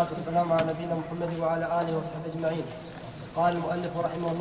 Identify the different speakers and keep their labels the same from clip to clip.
Speaker 1: والصلاة والسلام على نبينا محمد وعلى آله وصحبه أجمعين. قال المؤلف رحمه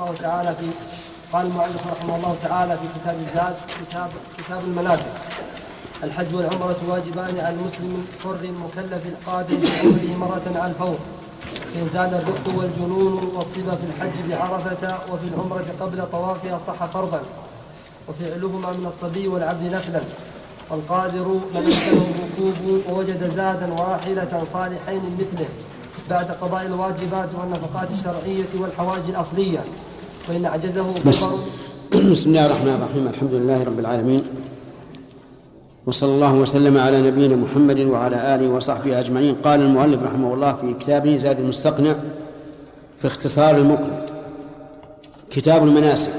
Speaker 1: الله تعالى في كتاب الزاد كتاب المناسك: الحج والعمرة واجبان على المسلم الحر المكلف القادر بعمره مرة على الفور، فإن زاد الرق والجنون والصبا في الحج بعرفة وفي العمرة قبل طوافها صح فرضا، وفعلهما من الصبي والعبد نفلا. والقادر من أمكنه الركوب ووجد زادا وراحلة صالحين مثله بعد قضاء الواجبات والنفقات الشرعية والحوائج الأصلية، وإن أعجزه
Speaker 2: بسم الله الرحمن الرحيم. الحمد لله رب العالمين، وصلى الله وسلم على نبينا محمد وعلى آله وصحبه أجمعين. قال المؤلف رحمه الله في كتابه زاد المستقنع في اختصار المقنع: كتاب المناسك.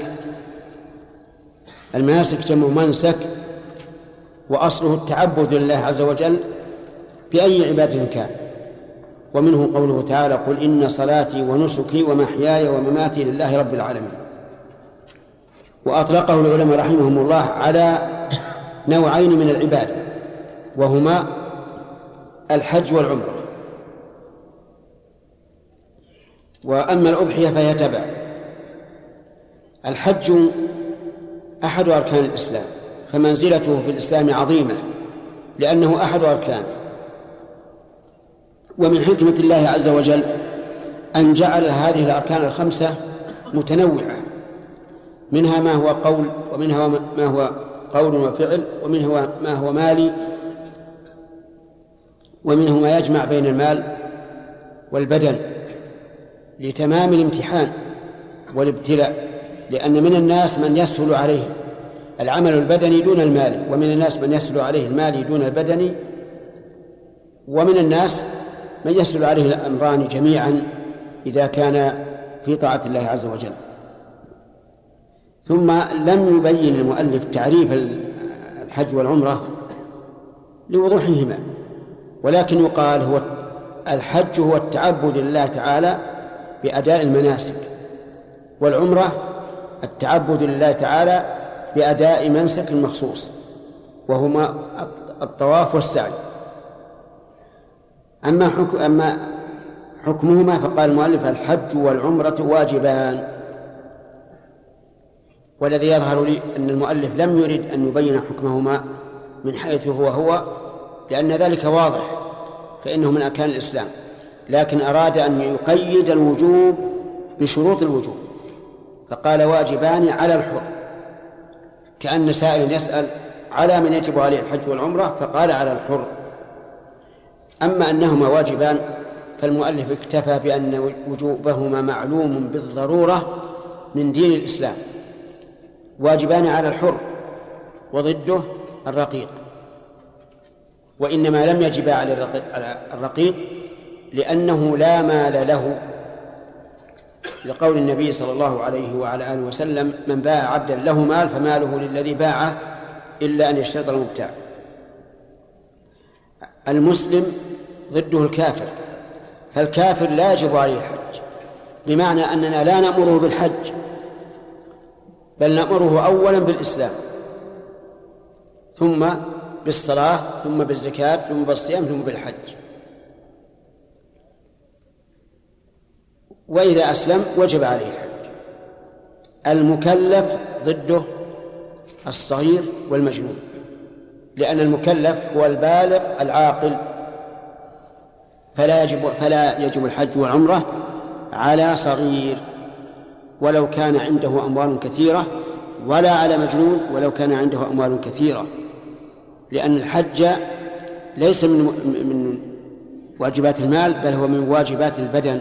Speaker 2: المناسك جمع منسك، وأصله التعبد لله عز وجل بأي عبادة كان، ومنه قوله تعالى: قل إن صلاتي ونسكي ومحياي ومماتي لله رب العالمين. وأطلقه العلماء رحمهم الله على نوعين من العبادة، وهما الحج والعمرة. وأما الأضحية فهي تبع. الحج أحد أركان الإسلام، فمنزلته في الإسلام عظيمة لأنه أحد أركانه. ومن حكمة الله عز وجل أن جعل هذه الأركان الخمسة متنوعة، منها ما هو قول، ومنها ما هو قول وفعل، ومنها ما هو مالي، ومنه ما يجمع بين المال والبدن لتمام الامتحان والابتلاء، لأن من الناس من يسهل عليه العمل البدني دون المال، ومن الناس من يسهل عليه المال دون البدني، ومن الناس من يسهل عليه الأمران جميعا إذا كان في طاعة الله عز وجل. ثم لم يبين المؤلف تعريف الحج والعمرة لوضوحهما، ولكن يقال هو الحج هو التعبد لله تعالى بأداء المناسك، والعمرة التعبد لله تعالى بأداء منسك مخصوص، وهما الطواف والسعي. أما حكمهما فقال المؤلف: الحج والعمرة واجبان. والذي يظهر لي أن المؤلف لم يرد أن يبين حكمهما من حيث هو لأن ذلك واضح، فإنه من أركان الإسلام، لكن أراد أن يقيد الوجوب بشروط الوجوب، فقال: واجبان على الحر، كأن سائل يسأل على من يجب عليه الحج والعمرة، فقال: على الحر. أما أنهما واجبان فالمؤلف اكتفى بأن وجوبهما معلوم بالضرورة من دين الإسلام. واجبان على الحر، وضده الرقيق، وإنما لم يجب على الرقيق لأنه لا مال له، لقول النبي صلى الله عليه وعلى آله وسلم: من باع عبدا له مال فماله للذي باعه إلا أن يشترط المبتاع. المسلم ضده الكافر، فالكافر لا يجب عليه الحج، بمعنى أننا لا نأمره بالحج، بل نأمره أولا بالإسلام، ثم بالصلاة، ثم بالزكاة، ثم بالصيام، ثم بالحج. وإذا أسلم وجب عليه الحج. المكلف ضده الصغير والمجنون، لأن المكلف هو البالغ العاقل، فلا يجب الحج والعمرة على صغير ولو كان عنده أموال كثيرة، ولا على مجنون ولو كان عنده أموال كثيرة، لأن الحج ليس من واجبات المال، بل هو من واجبات البدن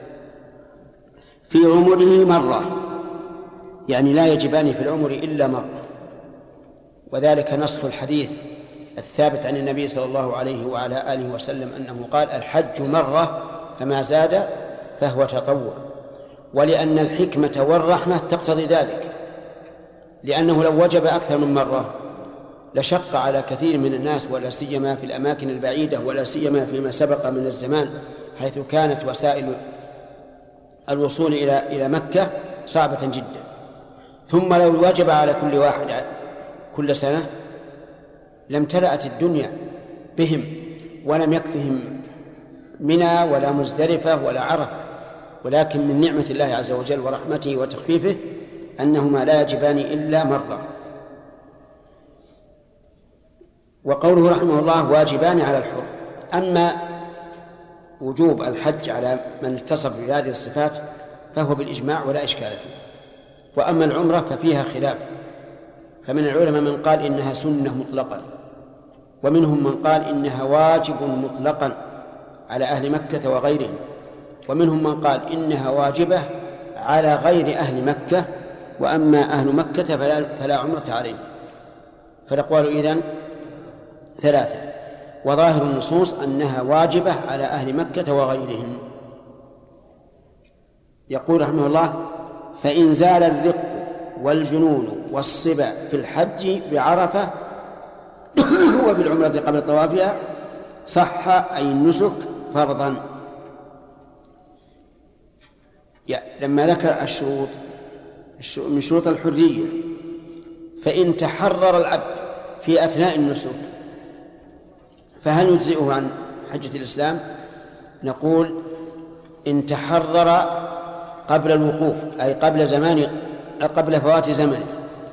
Speaker 2: في عمره مرة، يعني لا يجبان في العمر إلا مرة. وذلك نص الحديث الثابت عن النبي صلى الله عليه وعلى آله وسلم أنه قال: الحج مرة فما زاد فهو تطوع. ولأن الحكمة والرحمة تقتضي ذلك، لأنه لو وجب أكثر من مرة لشق على كثير من الناس، ولا سيما في الأماكن البعيدة، ولا سيما فيما سبق من الزمان حيث كانت وسائل الوصول إلى مكة صعبة جدا. ثم لو وجب على كل واحد كل سنة لامتلأت الدنيا بهم ولم يكفهم منى ولا مزدلفة ولا عرفة، ولكن من نعمة الله عز وجل ورحمته وتخفيفه أنهما لا يجبان إلا مرة. وقوله رحمه الله واجبان على الحر. أما وجوب الحج على من اتصف بهذه الصفات فهو بالإجماع ولا إشكال فيه. وأما العمرة ففيها خلاف، فمن العلماء من قال إنها سنة مطلقا، ومنهم من قال إنها واجب مطلقا على أهل مكة وغيرهم، ومنهم من قال إنها واجبة على غير أهل مكة، وأما أهل مكة فلا عمرة عليهم. فالأقوال إذن ثلاثة، وظاهر النصوص أنها واجبة على أهل مكة وغيرهم. يقول رحمه الله فإن زال الرق والجنون والصبا في الحج بعرفة وبالعمرة قبل طوافها صح أي النسك فرضا. لما ذكر الشروط من شروط الحرية، فإن تحرر العبد في أثناء النسك فهل يجزئه عن حجة الإسلام؟ نقول إن تحرر قبل الوقوف أي قبل فوات زمنه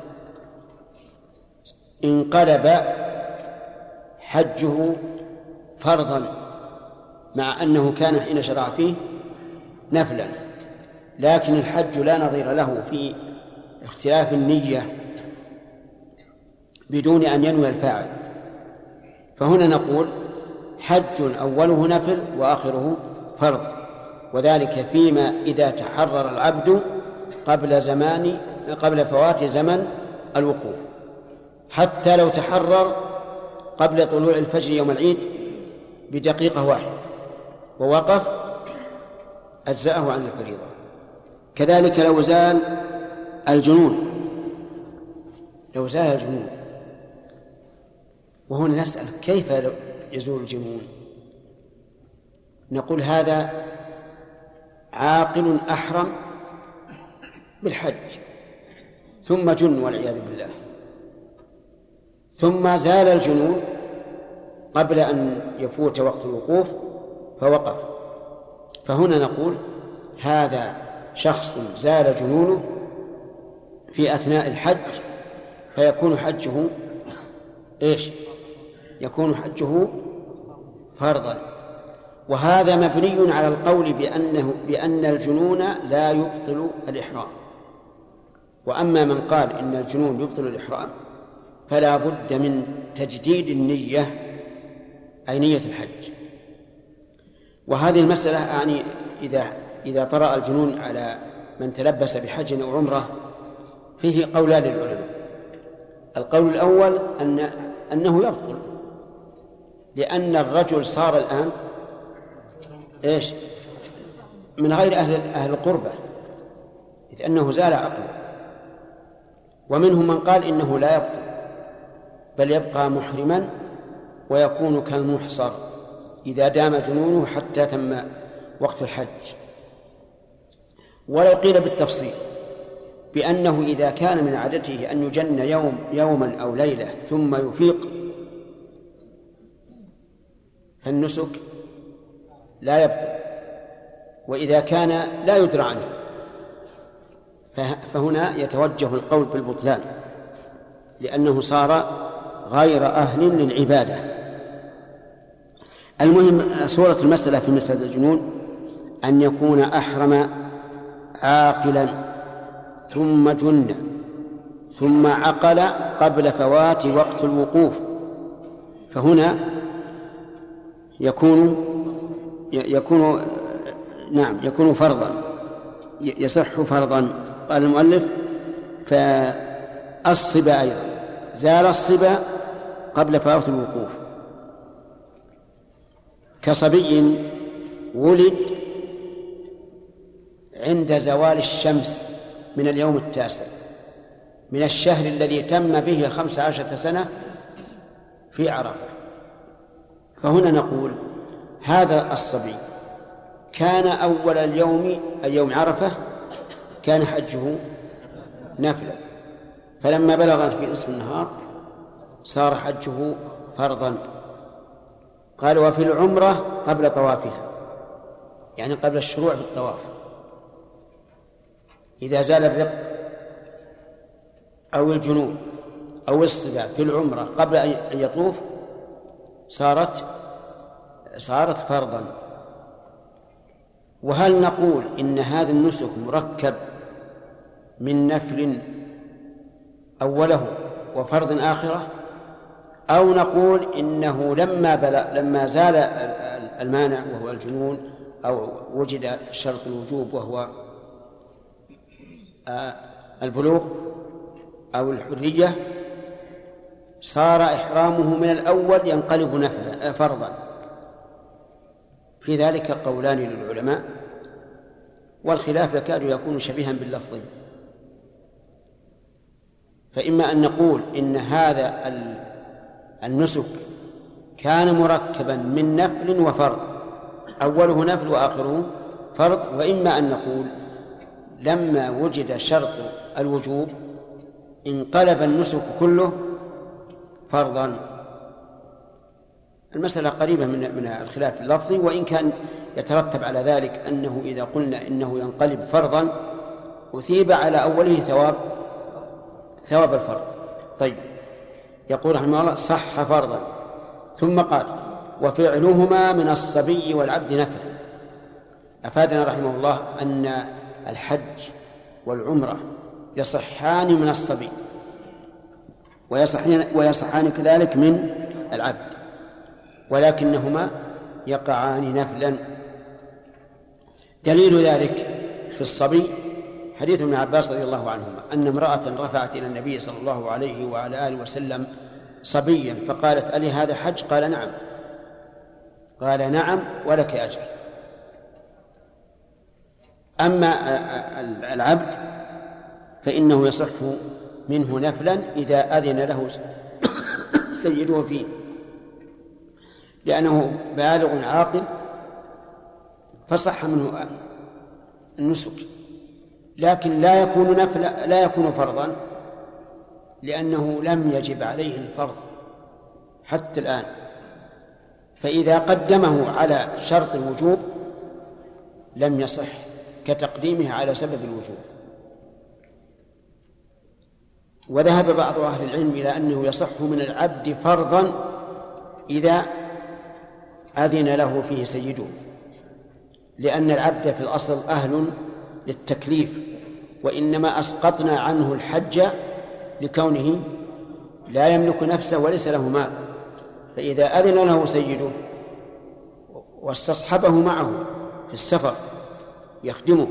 Speaker 2: انقلب حجه فرضا، مع أنه كان حين شرع فيه نفلا، لكن الحج لا نظير له في اختلاف النية بدون أن ينوي الفاعل. فهنا نقول حج أوله نفل وآخره فرض، وذلك فيما إذا تحرر العبد قبل فوات زمن الوقوف، حتى لو تحرر قبل طلوع الفجر يوم العيد بدقيقة واحدة ووقف أجزأه عن الفريضة. كذلك لو زال الجنون، وهنا نسأل كيف يزول الجنون؟ نقول هذا عاقل أحرم بالحج ثم جن والعياذ بالله، ثم زال الجنون قبل أن يفوت وقت الوقوف فوقف، فهنا نقول هذا شخص زال جنونه في أثناء الحج فيكون حجه يكون حجه فرضا. وهذا مبني على القول بأن الجنون لا يبطل الإحرام. وأما من قال إن الجنون يبطل الإحرام فلا بد من تجديد النية أي نية الحج. وهذه المسألة يعني إذا طرأ الجنون على من تلبس بحج أو عمرة فيه قولان للعلماء. القول الأول أنه يبطل، لأن الرجل صار الآن من غير أهل القربة، إذ أنه زال عقله. ومنهم من قال إنه لا يبطل بل يبقى محرما ويكون كالمحصر إذا دام جنونه حتى تم وقت الحج. ولو قيل بالتفصيل بأنه إذا كان من عادته أن يجن يوما أو ليلة ثم يفيق فالنسك لا يبطل، وإذا كان لا يدرى عنه فهنا يتوجه القول بالبطلان، لأنه صار غير أهل للعبادة. المهم صورة المسألة في مسألة الجنون أن يكون أحرم عاقلا ثم جن ثم عقل قبل فوات وقت الوقوف، فهنا يكون فرضا، يصح فرضا. قال المؤلف فالصبا أيضا زال الصبا قبل فوات الوقوف كصبي ولد عند زوال الشمس من اليوم 9 من الشهر الذي تم به 15 سنة في عرفة. فهنا نقول هذا الصبي كان أول اليوم أي يوم عرفة كان حجه نافلة، فلما بلغ في نصف النهار صار حجه فرضا. قال وفي العمرة قبل طوافها، يعني قبل الشروع في الطواف. إذا زال الرق أو الجنوب أو الصبا في العمرة قبل أن يطوف صارت فرضا. وهل نقول إن هذا النسك مركب من نفل أوله وفرض آخرة، أو نقول إنه لما زال المانع وهو الجنون أو وجد شرط الوجوب وهو البلوغ أو الحرية صار إحرامه من الأول ينقلب فرضا؟ في ذلك قولان للعلماء، والخلاف يكاد يكون شبيها باللفظ. فإما أن نقول إن هذا النسك كان مركبا من نفل وفرض، أوله نفل وآخره فرض، وإما أن نقول لما وجد شرط الوجوب انقلب النسك كله فرضا. المسألة قريبة من الخلاف اللفظي، وإن كان يترتب على ذلك أنه إذا قلنا إنه ينقلب فرضا أثيب على أوله ثواب الفرض. طيب، يقول رحمه الله صح فرضا، ثم قال وفعلهما من الصبي والعبد نفل. أفادنا رحمه الله أن الحج والعمرة يصحان من الصبي ويصحان كذلك من العبد، ولكنهما يقعان نفلا. دليل ذلك في الصبي حديث ابن عباس رضي الله عنهما أن امرأة رفعت إلى النبي صلى الله عليه وعلى آله وسلم صبيا فقالت ألي هذا حج؟ قال نعم. قال نعم ولك أجر. أما العبد فإنه يصح منه نفلا إذا أذن له سيده فيه، لأنه بالغ عاقل فصح منه النسك، لكن لا يكون فرضا، لأنه لم يجب عليه الفرض حتى الآن. فإذا قدمه على شرط الوجوب لم يصح كتقديمه على سبب الوجوب. وذهب بعض أهل العلم إلى أنه يصح من العبد فرضا إذا أذن له فيه سيده، لأن العبد في الأصل أهل للتكليف، وإنما أسقطنا عنه الحج لكونه لا يملك نفسه وليس له مال. فإذا أذن له سيده واستصحبه معه في السفر يخدمه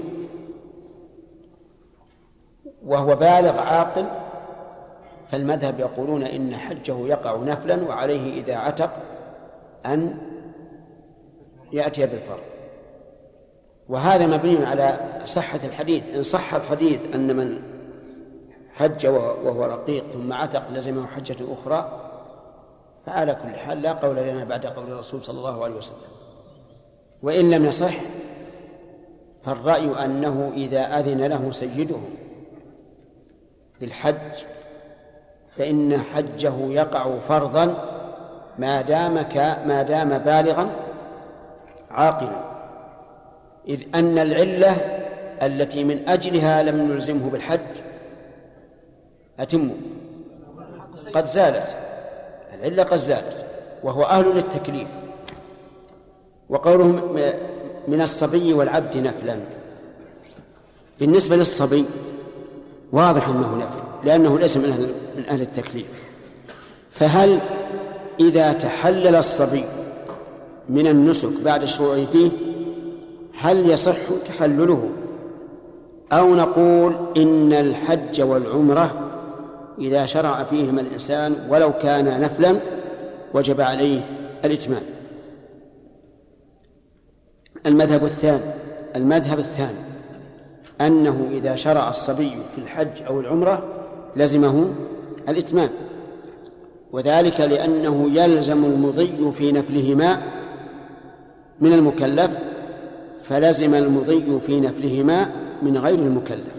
Speaker 2: وهو بالغ عاقل، فالمذهب يقولون إن حجه يقع نفلا، وعليه إذا عتق أن يأتي بالفرض. وهذا مبني على صحة الحديث. إن صح الحديث أن من حج وهو رقيق ثم عتق لزمه حجة أخرى، فعلى كل حال لا قول لنا بعد قول الرسول صلى الله عليه وسلم. وإن لم يصح فالرأي أنه إذا أذن له سيده بالحج فإن حجه يقع فرضا ما دام بالغا عاقلا، إذ أن العلة التي من أجلها لم نلزمه بالحج قد زالت. العلة قد زالت وهو أهل للتكليف. وقولهم من الصبي والعبد نفلا، بالنسبة للصبي واضح أنه نفل لأنه ليس من أهل التكليف. فهل إذا تحلل الصبي من النسك بعد الشروع فيه هل يصح تحلله، أو نقول إن الحج والعمرة إذا شرع فيهما الإنسان ولو كان نفلا وجب عليه الإتمام؟ المذهب الثاني أنه إذا شرع الصبي في الحج أو العمرة لزمه الإتمام، وذلك لأنه يلزم المضي في نفلهما من المكلف، فلزم المضي في نفلهما من غير المكلف.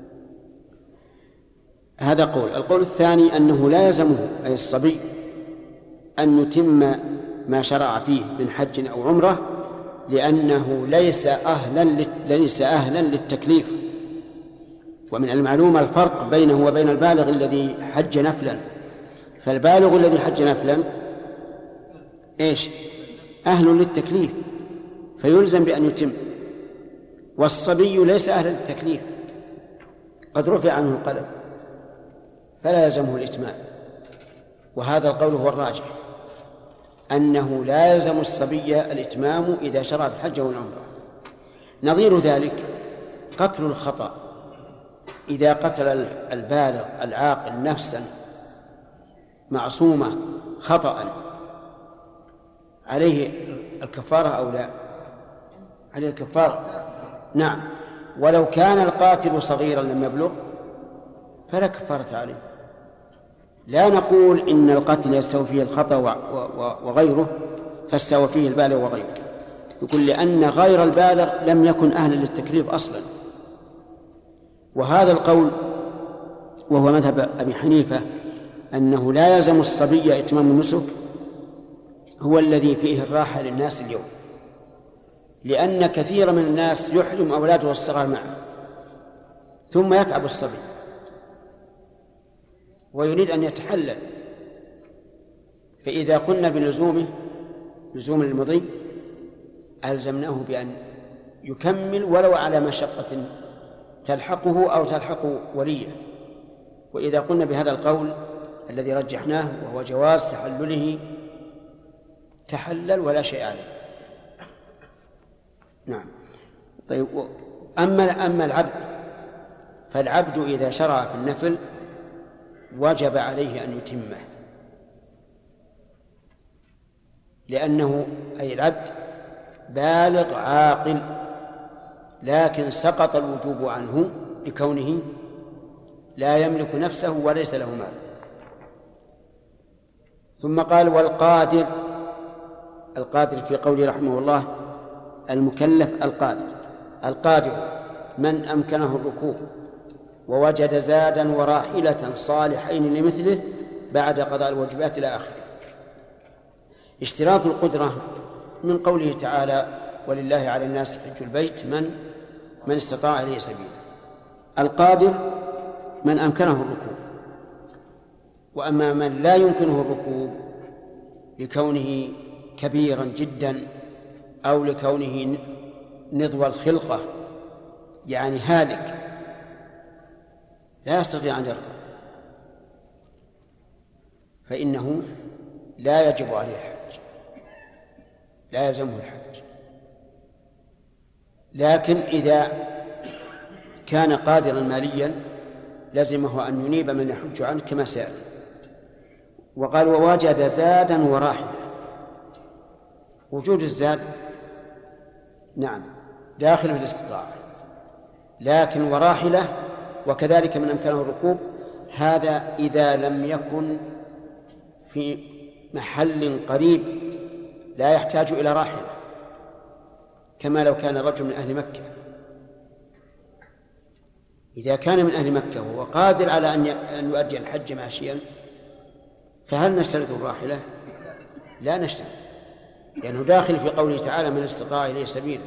Speaker 2: هذا قول. القول الثاني أنه لا يلزمه أي الصبي أن يتم ما شرع فيه من حج أو عمرة، لأنه ليس أهلا للتكليف. ومن المعلوم الفرق بينه وبين البالغ الذي حج نفلا. فالبالغ الذي حج نفلا إيش؟ أهل للتكليف فيلزم بأن يتم، والصبي ليس أهلا للتكليف قد رفع عنه القلم فلا يلزمه الإتمام. وهذا القول هو الراجح، أنه لا يلزم الصبي الإتمام إذا شرع في الحج والعمرة. نظير ذلك قتل الخطأ، إذا قتل البالغ العاقل نفسا معصومة خطأ عليه الكفارة أو لا؟ عليه الكفارة، نعم. ولو كان القاتل صغيرا لم يبلغ فلا كفارة عليه. لا نقول إن القتل يستوي فيه الخطأ وغيره فاستوى فيه البالغ وغيره، يقول لأن غير البالغ لم يكن أهلا للتكليف أصلا. وهذا القول وهو مذهب أبي حنيفة أنه لا يلزم الصبي إتمام النسك هو الذي فيه الراحة للناس اليوم، لأن كثير من الناس يحرم أولاده الصغار معه ثم يتعب الصبي ويريد أن يتحلل، فإذا قلنا بلزومه لزوم المضي ألزمناه بأن يكمل ولو على مشقة تلحقه أو تلحق وليه. وإذا قلنا بهذا القول الذي رجحناه وهو جواز تحلله تحلل ولا شيء عليه. نعم. طيب، أما العبد فالعبد إذا شرع في النفل وجب عليه أن يتمه، لأنه أي العبد بالغ عاقل، لكن سقط الوجوب عنه لكونه لا يملك نفسه وليس له مال. ثم قال والقادر، القادر في قوله رحمه الله المكلف القادر من أمكنه الركوب ووجد زادا وراحلة صالحين لمثله بعد قضاء الواجبات إلى آخره. اشتراط القدرة من قوله تعالى ولله على الناس حج البيت من استطاع إليه سبيلا. القادر من أمكنه الركوب، وأما من لا يمكنه الركوب لكونه كبيرا جدا أو لكونه نضوى الخلقة يعني هالك لا يستطيع أن يركب فإنه لا يجب عليه الحج، لا يلزمه الحج. لكن إذا كان قادرا ماليا لزمه أن ينيب من يحج عنه كما سيأتي. وقال ووجد زادا وراحلة. وجود الزاد نعم داخل في الاستطاعة، لكن وراحلة وكذلك من أمكانه الركوب هذا إذا لم يكن في محل قريب لا يحتاج إلى راحلة، كما لو كان رجل من أهل مكة. إذا كان من أهل مكة وهو قادر على أن يؤدي الحج ماشيا فهل نشترط الراحلة؟ لا نشترط، لأنه داخل في قوله تعالى من استطاع إليه سبيلا.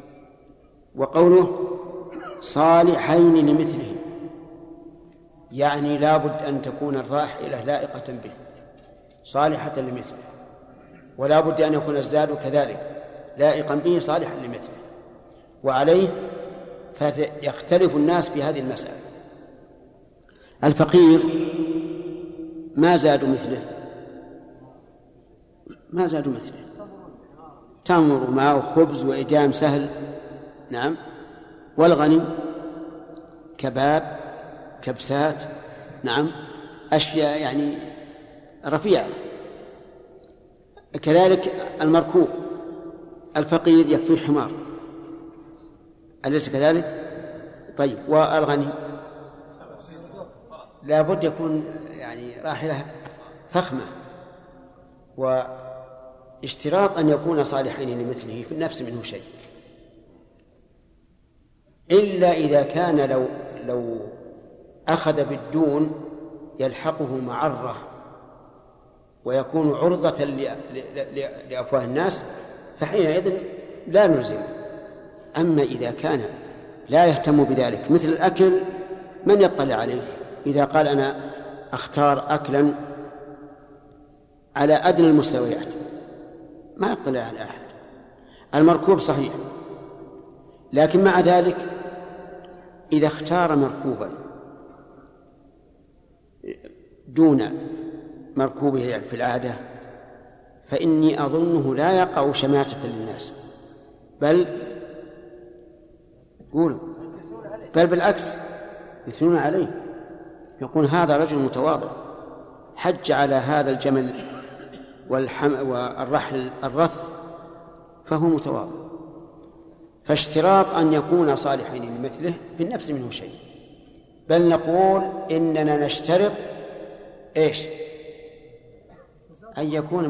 Speaker 2: وقوله صالحين لمثله يعني لا بد أن تكون الراحلة لائقة به صالحة لمثله، ولا بد أن يكون الزاد كذلك لائقا به صالحا لمثله. وعليه فيختلف الناس في هذه المسألة. الفقير ما زادوا مثله، ما زادوا مثله، تمر وماء وخبز وإدام سهل، نعم. والغني كباب كبسات، نعم، أشياء يعني رفيعة. كذلك المركوب، الفقير يكفي حمار، أليس كذلك؟ طيب، والغني لا بد يكون يعني راحلة فخمة. واشتراط أن يكون صالحين لمثله في النفس منه شيء، إلا إذا كان لو أخذ بالدون يلحقه معرة ويكون عرضة لأفواه الناس فحينئذ لا نلزم. أما إذا كان لا يهتم بذلك مثل الأكل، من يطلع عليه؟ إذا قال أنا أختار أكلا على أدنى المستويات ما يطلع على أحد. المركوب صحيح، لكن مع ذلك إذا اختار مركوبا دون مركوبه في العادة فإني أظنه لا يقع شماتة للناس، بل بالعكس يثنون عليه، يقول هذا رجل متواضع حج على هذا الجمل والرحل الرث فهو متواضع. فاشتراط أن يكون صالحين لمثله في النفس منه شيء، بل نقول إننا نشترط إيش؟ أن يكون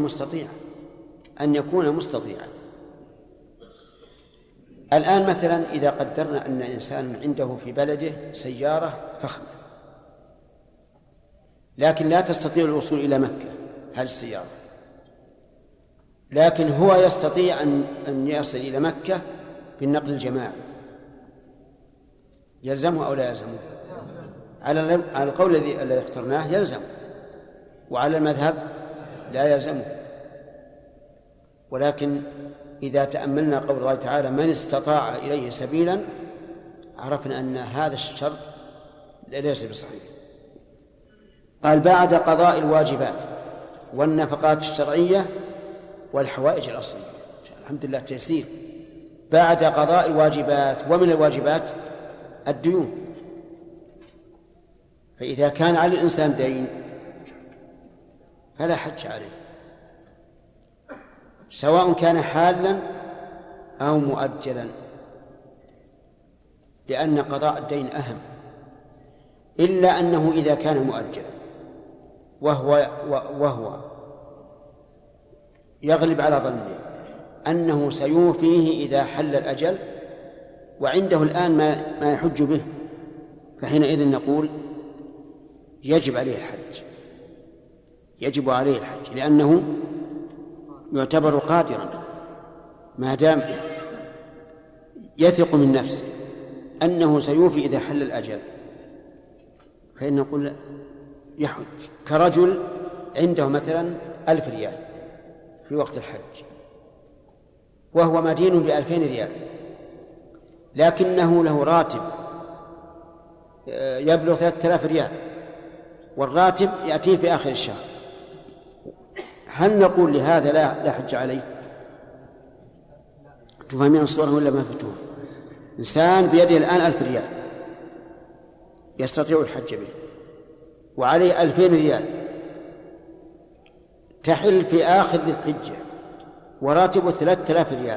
Speaker 2: مستطيعا. الآن مثلا إذا قدرنا أن إنسان عنده في بلده سيارة فخمة لكن لا تستطيع الوصول إلى مكة هذه السيارة، لكن هو يستطيع أن يصل إلى مكة بالنقل الجماعي، يلزمه أو لا يلزمه؟ على القول الذي اخترناه يلزم، وعلى المذهب لا يلزمه. ولكن إذا تأملنا قول الله تعالى من استطاع إليه سبيلا عرفنا أن هذا الشرط ليس بصحيح. قال بعد قضاء الواجبات والنفقات الشرعية والحوائج الأصلية. الحمد لله تيسير. بعد قضاء الواجبات، ومن الواجبات الديون. فإذا كان على الإنسان دين فلا حج عليه، سواء كان حالا أو مؤجلا، لأن قضاء الدين أهم، إلا أنه إذا كان مؤجلا وهو يغلب على ظنه أنه سيوفيه إذا حل الأجل وعنده الآن ما يحج به، فحينئذ نقول يجب عليه الحج، لأنه يعتبر قادرا ما دام يثق من نفسه أنه سيوفي إذا حل الأجل، فإن نقول يحج. كرجل عنده مثلا 1000 ريال في وقت الحج وهو مدين ب2000 ريال، لكنه له راتب يبلغ 3000 ريال والراتب يأتيه في آخر الشهر، هل نقول لهذا لا حج عليه؟ تفهمين الصورة ولا ما فتوها؟ إنسان بيده الآن 1000 ريال يستطيع الحج به وعليه 2000 ريال تحل في آخر ذي الحجة وراتبه 3000 ريال،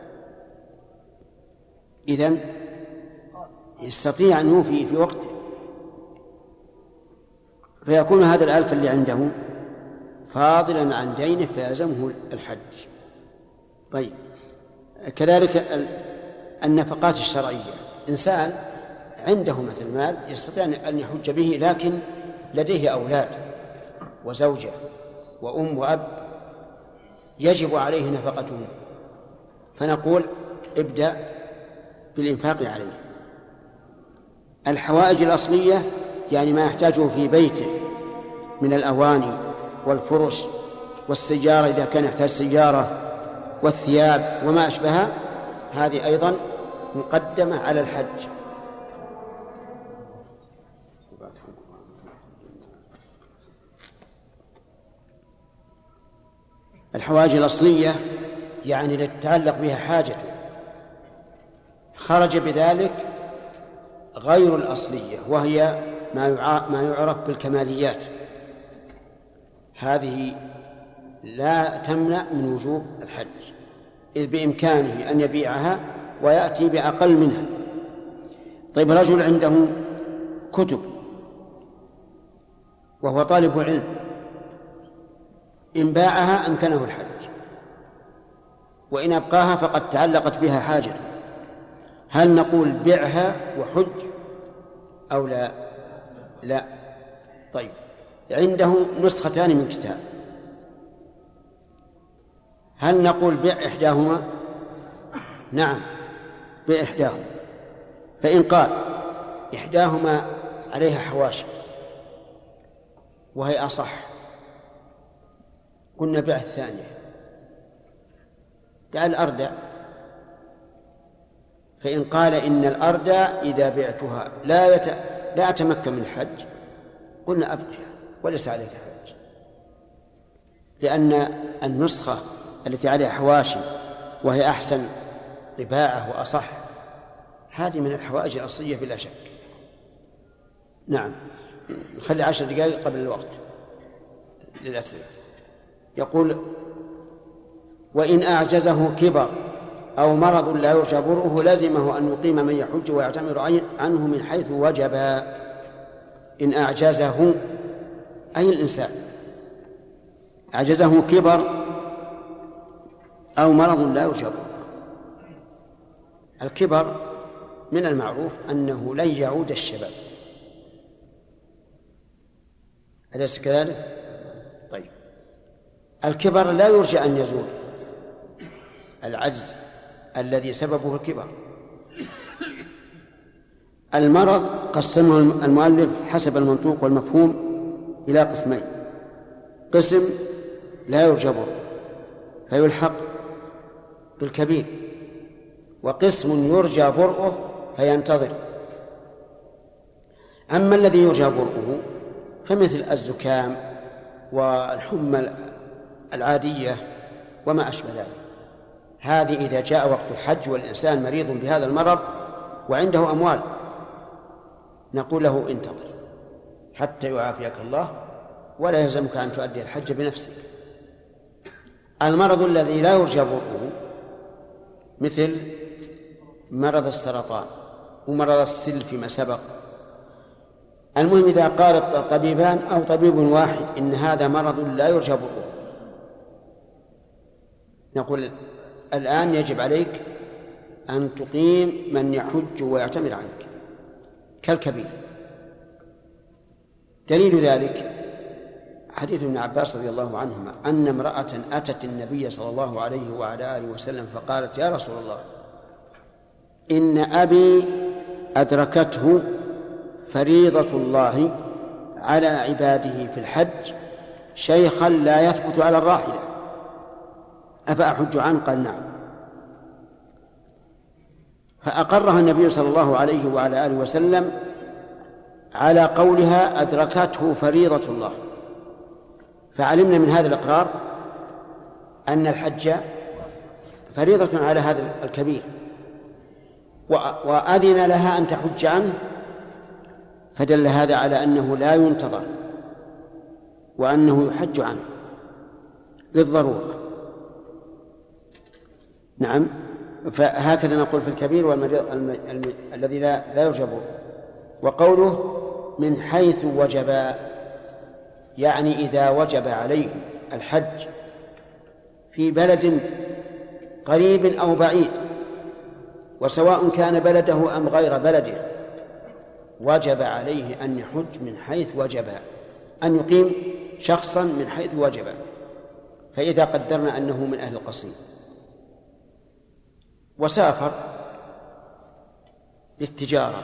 Speaker 2: إذن يستطيع أن يوفي في وقته، فيكون هذا 1000 اللي عنده فاضلا عن دينه فيلزمه الحج. طيب، كذلك النفقات الشرعية، إنسان عنده مثل مال يستطيع أن يحج به لكن لديه أولاد وزوجة وأم وأب يجب عليه نفقتهم، فنقول ابدأ بالإنفاق عليه. الحوائج الأصلية يعني ما يحتاجه في بيته من الأواني والفرش والسيارة إذا كان يحتاج سيارة والثياب وما أشبهها، هذه أيضا مقدمة على الحج. الحوائج الأصلية يعني تتعلق بها حاجته، خرج بذلك غير الأصلية وهي ما يعرف بالكماليات، هذه لا تمنع من وجوب الحج، إذ بإمكانه أن يبيعها ويأتي بأقل منها. طيب، رجل عنده كتب وهو طالب علم، إن باعها أمكنه الحج، وإن أبقاها فقد تعلقت بها حاجته، هل نقول بيعها وحج أو لا؟ لا. طيب، عنده نسختان من كتاب، هل نقول بيع إحداهما نعم بإحداهما. فإن قال إحداهما عليها حواشي وهي أصح قلنا بيع الثانية، بيع الأردى. فإن قال إن الأردى إذا بعتها لا أتمكن من الحج قلنا أبقيها وليس عليك حج، لأن النسخة التي عليها حواشي وهي أحسن طباعة وأصح هذه من الحوائج الأصلية بلا شك. نعم نخلي 10 دقائق قبل الوقت للأسئلة. يقول: وإن أعجزه كبر أو مرض لا يرجى برؤه لزمه أن يقيم من يحج ويعتمر عنه من حيث وجب. إن أعجزه أي الإنسان، أعجزه كبر أو مرض لا يرجى برؤه. الكبر من المعروف أنه لن يعود الشباب، أليس كذلك؟ طيب الكبر لا يرجى أن يزول، العجز الذي سببه الكبر. المرض قسمه المؤلف حسب المنطوق والمفهوم إلى قسمين: قسم لا يرجى برؤه فيلحق بالكبير، وقسم يرجى برؤه فينتظر. أما الذي يرجى برؤه فمثل الزكام والحمى العادية وما أشبه ذلك، هذه إذا جاء وقت الحج والإنسان مريض بهذا المرض وعنده أموال نقول له انتظر حتى يعافيك الله ولا يلزمك أن تؤدي الحج بنفسك. المرض الذي لا يرجى برؤه مثل مرض السرطان ومرض السل فيما سبق. المهم إذا قال الطبيبان أو طبيب واحد إن هذا مرض لا يرجى برؤه نقول الآن يجب عليك أن تقيم من يحج ويعتمر عنك كالكبير. دليل ذلك حديث ابن عباس رضي الله عنهما أن امرأة أتت النبي صلى الله عليه وعلى آله وسلم فقالت: يا رسول الله إن أبي أدركته فريضة الله على عباده في الحج شيخا لا يثبت على الراحلة أفأحج عنه؟ قال: نعم. فأقرها النبي صلى الله عليه وعلى آله وسلم على قولها أدركته فريضة الله. فعلمنا من هذا الإقرار أن الحج فريضة على هذا الكبير، وأذن لها أن تحج عنه، فدل هذا على أنه لا ينتظر وأنه يحج عنه للضرورة. نعم، فهكذا نقول في الكبير والمريض الذي لا يرجى برؤه. وقوله من حيث وجب يعني إذا وجب عليه الحج في بلد قريب أو بعيد، وسواء كان بلده أم غير بلده، وجب عليه أن يحج من حيث وجب، أن يقيم شخصا من حيث وجب. فإذا قدرنا أنه من أهل القصيم وسافر للتجارة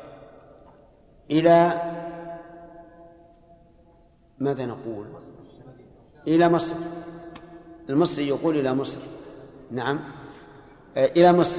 Speaker 2: إلى ماذا نقول؟ إلى مصر. المصري يقول إلى مصر، نعم، إلى مصر،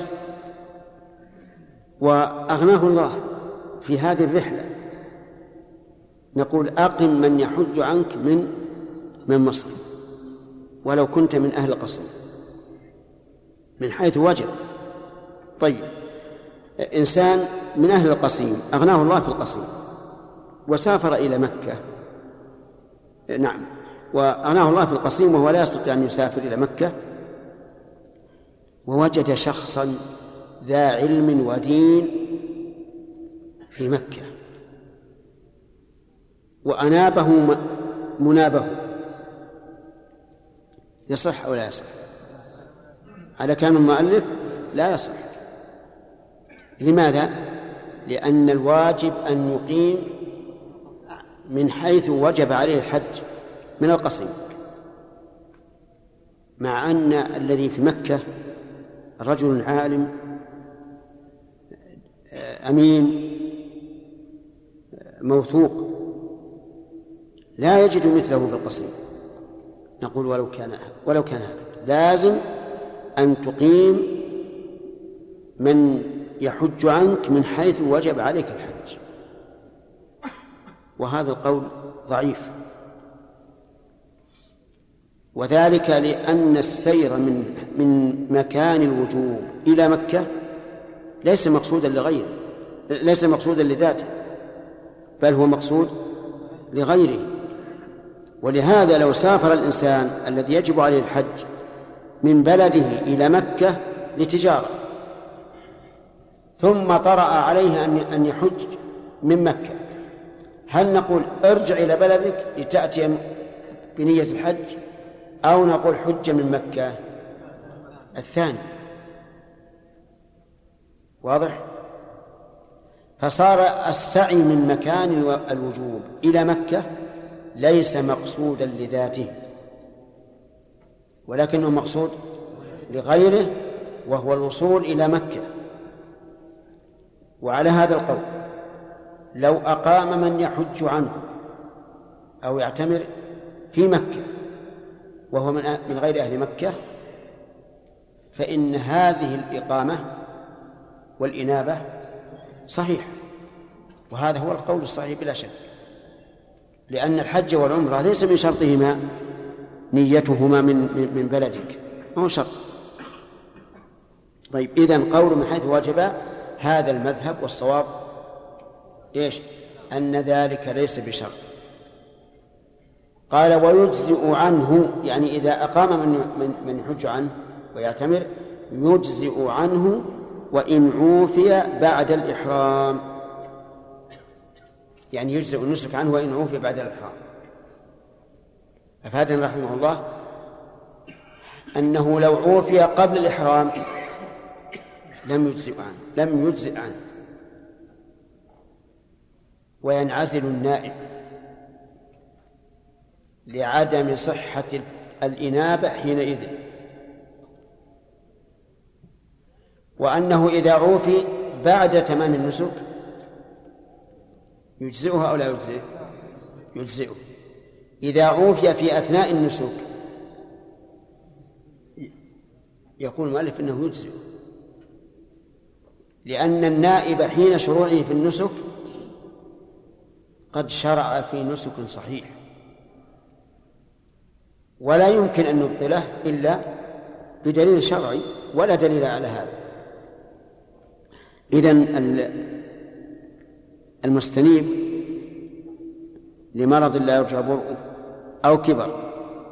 Speaker 2: وأغناه الله في هذه الرحلة، نقول أقم من يحج عنك من مصر ولو كنت من أهل القصيم من حيث وجب. طيب، إنسان من أهل القصيم أغناه الله في القصيم وسافر إلى مكة، نعم، وأغناه الله في القصيم وهو لا يستطيع أن يسافر إلى مكة، ووجد شخصا ذا علم ودين في مكة وأنابه منابه، يصح أو لا يصح؟ على كلام المؤلف لا يصح. لماذا؟ لأن الواجب أن يقيم من حيث وجب عليه الحج من القصيم، مع أن الذي في مكة رجل عالم أمين موثوق لا يجد مثله بالقصر، نقول ولو كان هذا لازم أن تقيم من يحج عنك من حيث وجب عليك الحج، وهذا القول ضعيف، وذلك لأن السير من مكان الوجوب إلى مكة ليس مقصودا لغيره، ليس مقصودا لذاته، بل هو مقصود لغيره. ولهذا لو سافر الإنسان الذي يجب عليه الحج من بلده إلى مكة لتجارة ثم طرأ عليه أن يحج من مكة، هل نقول ارجع إلى بلدك لتأتي بنية الحج، أو نقول حج من مكة؟ الثاني. واضح؟ فصار السعي من مكان الوجوب إلى مكة ليس مقصودا لذاته، ولكنه مقصود لغيره، وهو الوصول إلى مكة. وعلى هذا القول لو أقام من يحج عنه أو يعتمر في مكة وهو من غير أهل مكة، فإن هذه الإقامة والإنابة صحيح، وهذا هو القول الصحيح بلا شك، لأن الحج والعمرة ليس من شرطهما نيتهما من بلدك، ما هو شرط. طيب، إذن قول من حيث وجب هذا المذهب، والصواب إيش؟ أن ذلك ليس بشرط. قال ويجزئ عنه، يعني إذا أقام من يحج عنه ويعتمر يجزئ عنه وإن عوفي بعد الإحرام، يعني يجزئ النسك عنه وإن عوفي بعد الإحرام. أفادنا رحمه الله أنه لو عوفي قبل الإحرام لم يجزئ عنه وينعزل النائب لعدم صحة الإنابة حينئذ، وأنه إذا عوفي بعد تمام النسك يجزئها أو لا يجزئه؟ يجزئه. إذا عوفي في أثناء النسك يقول المؤلف إنه يجزئه، لأن النائب حين شروعه في النسك قد شرع في نسك صحيح، ولا يمكن أن نبطله إلا بدليل شرعي، ولا دليل على هذا. إذن المستنيب لمرض لا يرجى برؤه أو كبر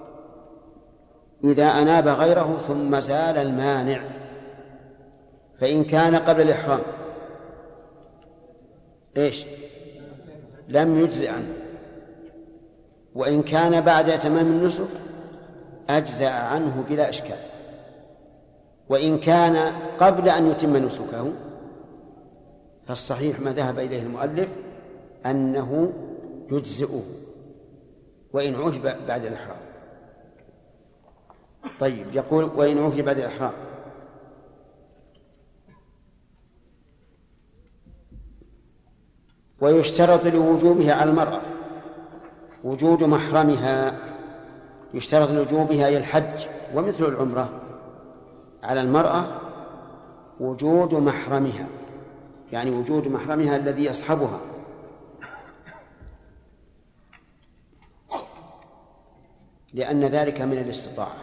Speaker 2: إذا أناب غيره ثم زال المانع، فإن كان قبل الإحرام إيش؟ لم يجزئ عنه، وإن كان بعد تمام النسك أجزأ عنه بلا إشكال، وإن كان قبل أن يتم نسكه فالصحيح ما ذهب إليه المؤلف أنه يجزئه وإن عوفي بعد الإحرام. طيب، يقول وإن عوفي بعد الإحرام، ويشترط لوجوبها على المرأة وجود محرمها، يشترط لوجوبها إلى الحج ومثل العمرة على المرأة وجود محرمها، يعني وجود محرمها الذي يصحبها، لأن ذلك من الاستطاعة،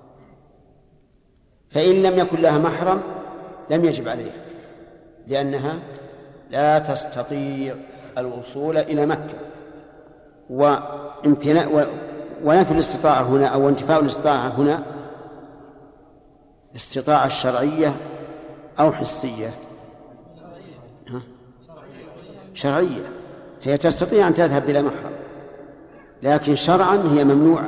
Speaker 2: فإن لم يكن لها محرم لم يجب عليها، لأنها لا تستطيع الوصول إلى مكة. ونفي الاستطاعة هنا أو انتفاء الاستطاعة هنا استطاعة شرعية أو حسية؟ شرعية، هي تستطيع أن تذهب بلا محرم، لكن شرعا هي ممنوعة،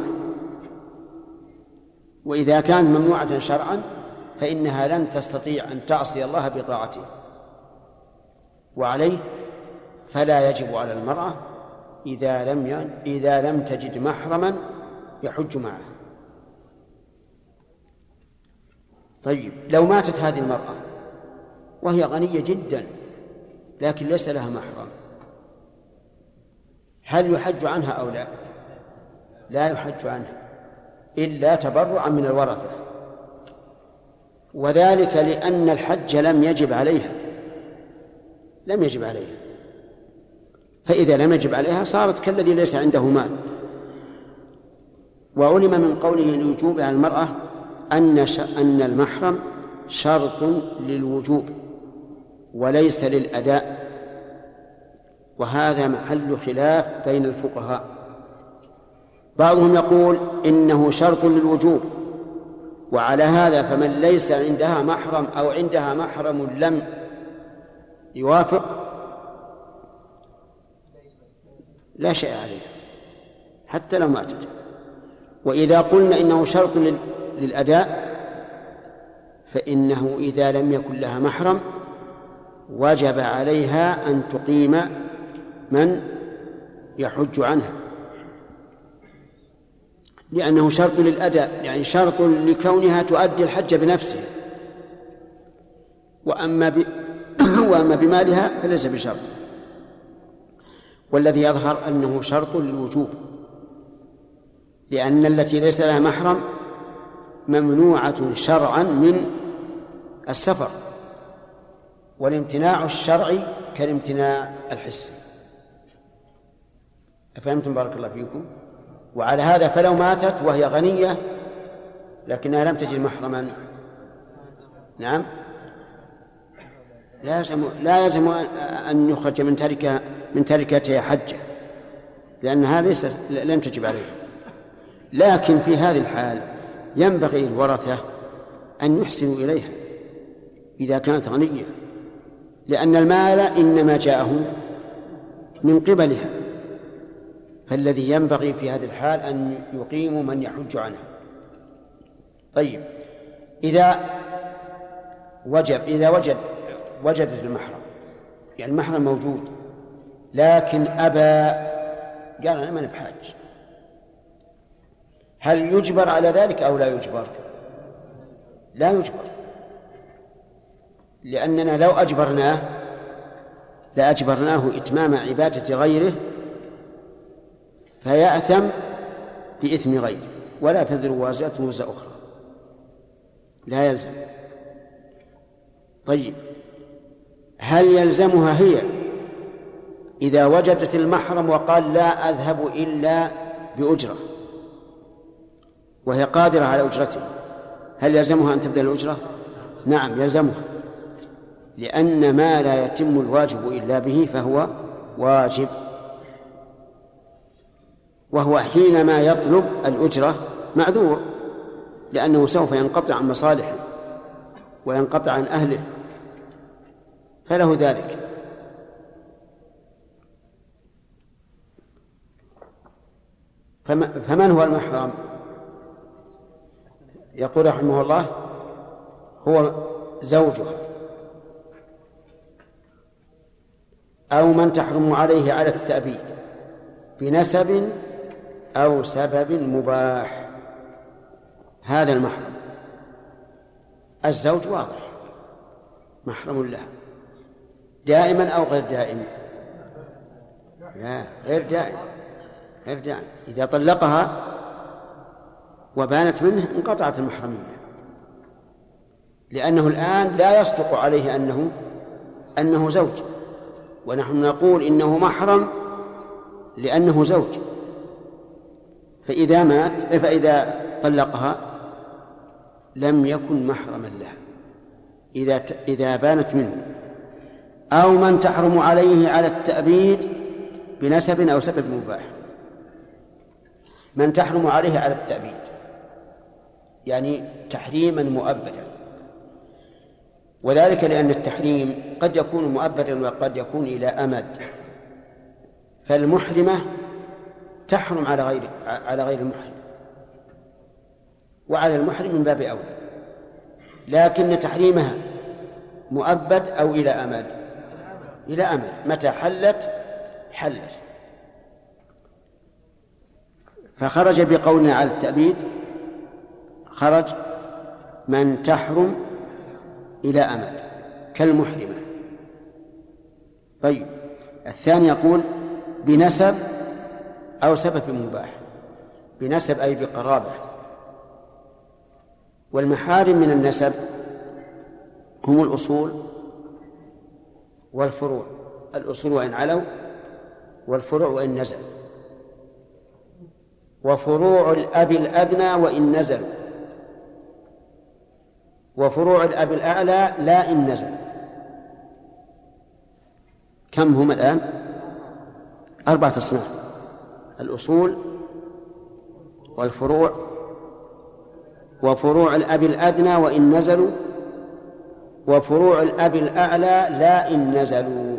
Speaker 2: وإذا كانت ممنوعة شرعا فإنها لن تستطيع أن تعصي الله بطاعته، وعليه فلا يجب على المرأة إذا لم تجد محرما يحج معها. طيب لو ماتت هذه المرأة وهي غنية جدا لكن ليس لها محرم، هل يحج عنها أو لا؟ لا يحج عنها إلا تبرعا من الورثة، وذلك لأن الحج لم يجب عليها، فإذا لم يجب عليها صارت كالذي ليس عنده مال. وعلم من قوله الوجوب على المرأة أن المحرم شرط للوجوب وليس للأداء، وهذا محل خلاف بين الفقهاء. بعضهم يقول إنه شرط للوجوب، وعلى هذا فمن ليس عندها محرم أو عندها محرم لم يوافق لا شيء عليه حتى لو ماتت. وإذا قلنا إنه شرط للأداء فإنه إذا لم يكن لها محرم وجب عليها أن تقيم من يحج عنها، لأنه شرط للأداء، يعني شرط لكونها تؤدي الحج بنفسها. وأما بمالها فليس بشرط. والذي يظهر أنه شرط للوجوب، لأن التي ليس لها محرم ممنوعة شرعا من السفر، والامتناع الشرعي كالامتناع الحسي. أفهمتم؟ بارك الله فيكم. وعلى هذا فلو ماتت وهي غنية لكنها لم تجد محرما، نعم، لا يلزم أن يخرج من تركتها حجة، لأنها لم تجب عليها. لكن في هذه الحال ينبغي الورثة أن يحسنوا إليها إذا كانت غنية، لأن المال إنما جاءهم من قبلها، فالذي ينبغي في هذه الحال أن يقيموا من يحج عنها. طيب إذا وجدت المحرم، يعني المحرم موجود لكن أبى، قال أنا ما بحاج، هل يجبر على ذلك أو لا يجبر؟ لا يجبر، لأننا لو أجبرناه لأجبرناه إتمام عبادة غيره فيأثم بإثم غيره، ولا تزر وازرة وزر أخرى، لا يلزم. طيب هل يلزمها هي إذا وجدت المحرم وقال لا أذهب إلا بأجرة وهي قادرة على أجرته، هل يلزمها أن تبذل الأجرة؟ نعم يلزمها، لأن ما لا يتم الواجب إلا به فهو واجب، وهو حينما يطلب الأجرة معذور، لأنه سوف ينقطع عن مصالحه وينقطع عن أهله، فله ذلك. فمن هو المحرم؟ يقول رحمه الله هو زوجها أو من تحرم عليه على التأبيد بنسب أو سبب مباح، هذا المحرم. الزوج واضح محرم لها دائما أو غير دائم؟ لا، غير دائم. إذا طلقها وبانت منه انقطعت المحرمية، لأنه الآن لا يصدق عليه أنه زوج، ونحن نقول إنه محرم لأنه زوج. فإذا طلقها لم يكن محرما لها إذا بانت منه. أو من تحرم عليه على التأبيد بنسب أو سبب مباح. من تحرم عليه على التأبيد يعني تحريما مؤبدا، وذلك لأن التحريم قد يكون مؤبدا وقد يكون إلى أمد، فالمحرمة تحرم على غير المحرم، وعلى المحرم من باب أولى، لكن تحريمها مؤبد أو إلى أمد، متى حلت فخرج بقولنا على التأبيد، خرج من تحرم إلى أمد كالمحرمة. طيب الثاني يقول بنسب أو سبب مباح. بنسب أي بقرابة. والمحارم من النسب هم الأصول والفروع. الأصول وإن علوا، والفروع وإن نزلوا، وفروع الأب الأدنى وإن نزلوا، وفروع الأب الأعلى لا إن نزلوا. كم هم الآن؟ 4 أصناف: الأصول والفروع وفروع الأب الأدنى وإن نزلوا، وفروع الأب الأعلى لا إن نزلوا.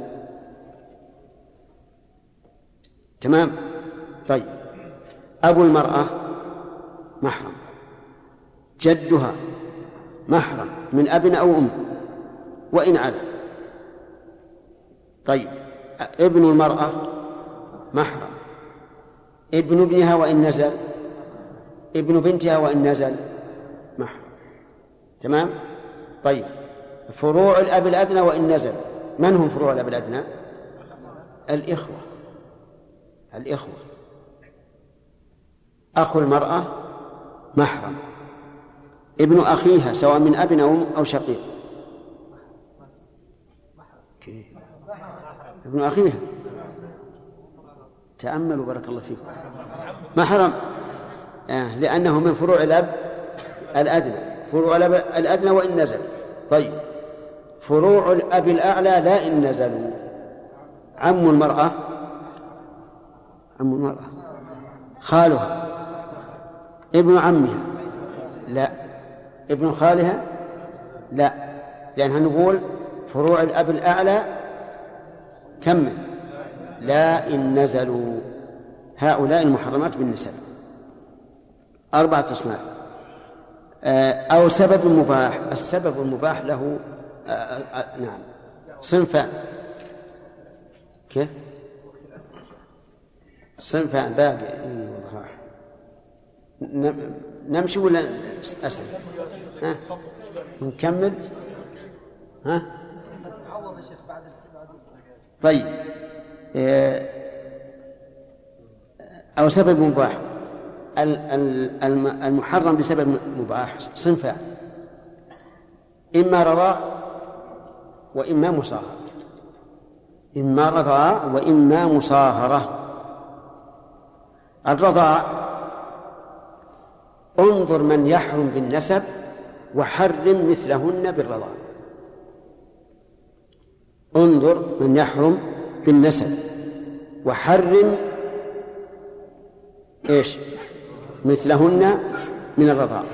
Speaker 2: تمام؟ طيب أبو المرأة محرم، جدها محرم من أب أو أم وإن علا. طيب ابن المرأة محرم، ابن ابنها وإن نزل، ابن بنتها وإن نزل محرم. تمام؟ طيب فروع الأب الأدنى وإن نزل، من هم فروع الأب الأدنى؟ الإخوة. الإخوة. أخو المرأة محرم، ابن أخيها سواء من أب أو أم أو شقيق. ابن أخيها، تأملوا بارك الله فيكم، محرم لأنه من فروع الأب الأدنى، فروع الأب الأدنى وإن نزل. طيب فروع الأب الأعلى لا إن نزلوا. عم المرأة، عم المرأة خالها، ابن عمها لا، ابن خالها لا، لأنها نقول فروع الأب الأعلى كم لا إن نزلوا. هؤلاء المحرمات بالنسب. 4 أصناف. أو سبب مباح. السبب المباح له نعم صنفان. كيف؟ صنفان. باب نمشي ولا أسأل؟ نكمل؟ ها؟ طيب أو سبب مباح. المحرم بسبب مباح صنفان: إما رضاء وإما مصاهرة. إما رضاء وإما مصاهرة. الرضاء: انظر من يحرم بالنسب وحرم مثلهن بالرضاء. انظر من يحرم بالنسب وحرم ايش؟ مثلهن من الرضاء.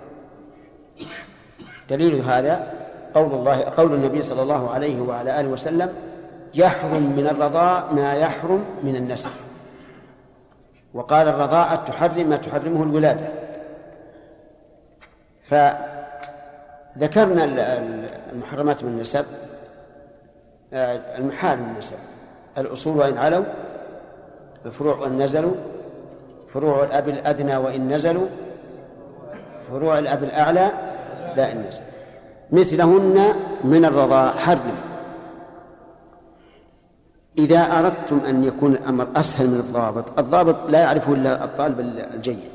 Speaker 2: دليل هذا قول النبي صلى الله عليه وعلى آله وسلم: يحرم من الرضاء ما يحرم من النسب. وقال: الرضاعة تحرم ما تحرمه الولادة. فذكرنا المحرمات من النسب، المحارم من النسب: الأصول وإن علوا، الفروع وإن نزلوا، فروع الأب الأدنى وإن نزلوا، فروع الأب الأعلى لا إن نزل. مثلهن من الرضاء حرم. إذا أردتم أن يكون الأمر أسهل من الضابط لا يعرفه إلا الطالب الجيد،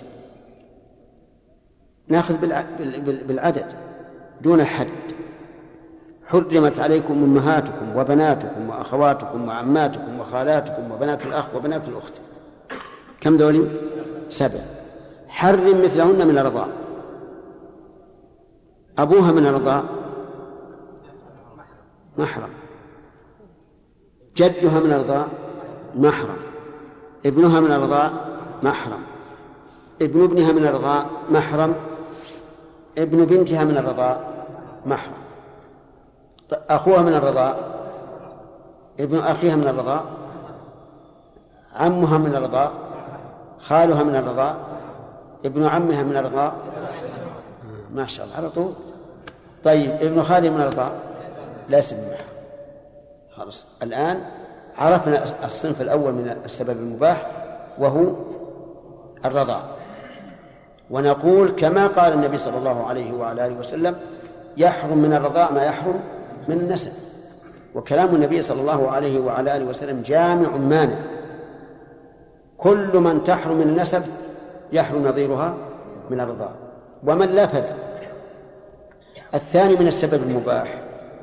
Speaker 2: نأخذ بالعدد دون حد. حرمت عليكم أمهاتكم وبناتكم وأخواتكم وعماتكم وخالاتكم وبنات الأخ وبنات الأخت. كم دولي؟ 7. حرم مثلهن من الرضاع. أبوها من الرضاع محرم، جدها من الرضاع محرم، ابنها من الرضاع محرم، ابن ابنها من الرضاع محرم، ابن بنتها من الرضاع محرم، أخوها من الرضاع، ابن أخيها من الرضاع، عمها من الرضاع، خالها من الرضاع، ابن عمها من الرضاع. ما شاء الله على طول. طيب ابن خالها من الرضاع لا يسمى محرم. خلاص الآن عرفنا الصنف الأول من السبب المباح وهو الرضاع. ونقول كما قال النبي صلى الله عليه وعلى آله وسلم: يحرم من الرضاع ما يحرم من النسب. وكلام النبي صلى الله عليه وعلى آله وسلم جامع مانع، كل من تحرم من النسب يحرم نظيرها من الرضاع، ومن لا فلا. الثاني من السبب المباح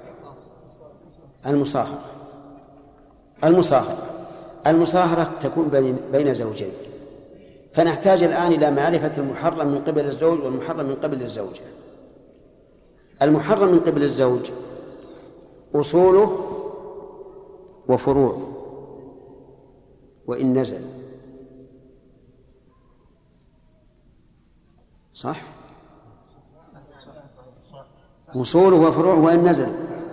Speaker 2: المصاهرة تكون بين زوجين، فنحتاج الآن إلى معرفة المحرم من قبل الزوج والمحرم من قبل الزوجة. المحرم من قبل الزوج أصوله وفروعه وإن نزل، صح؟ أصوله وفروعه وإن نزل.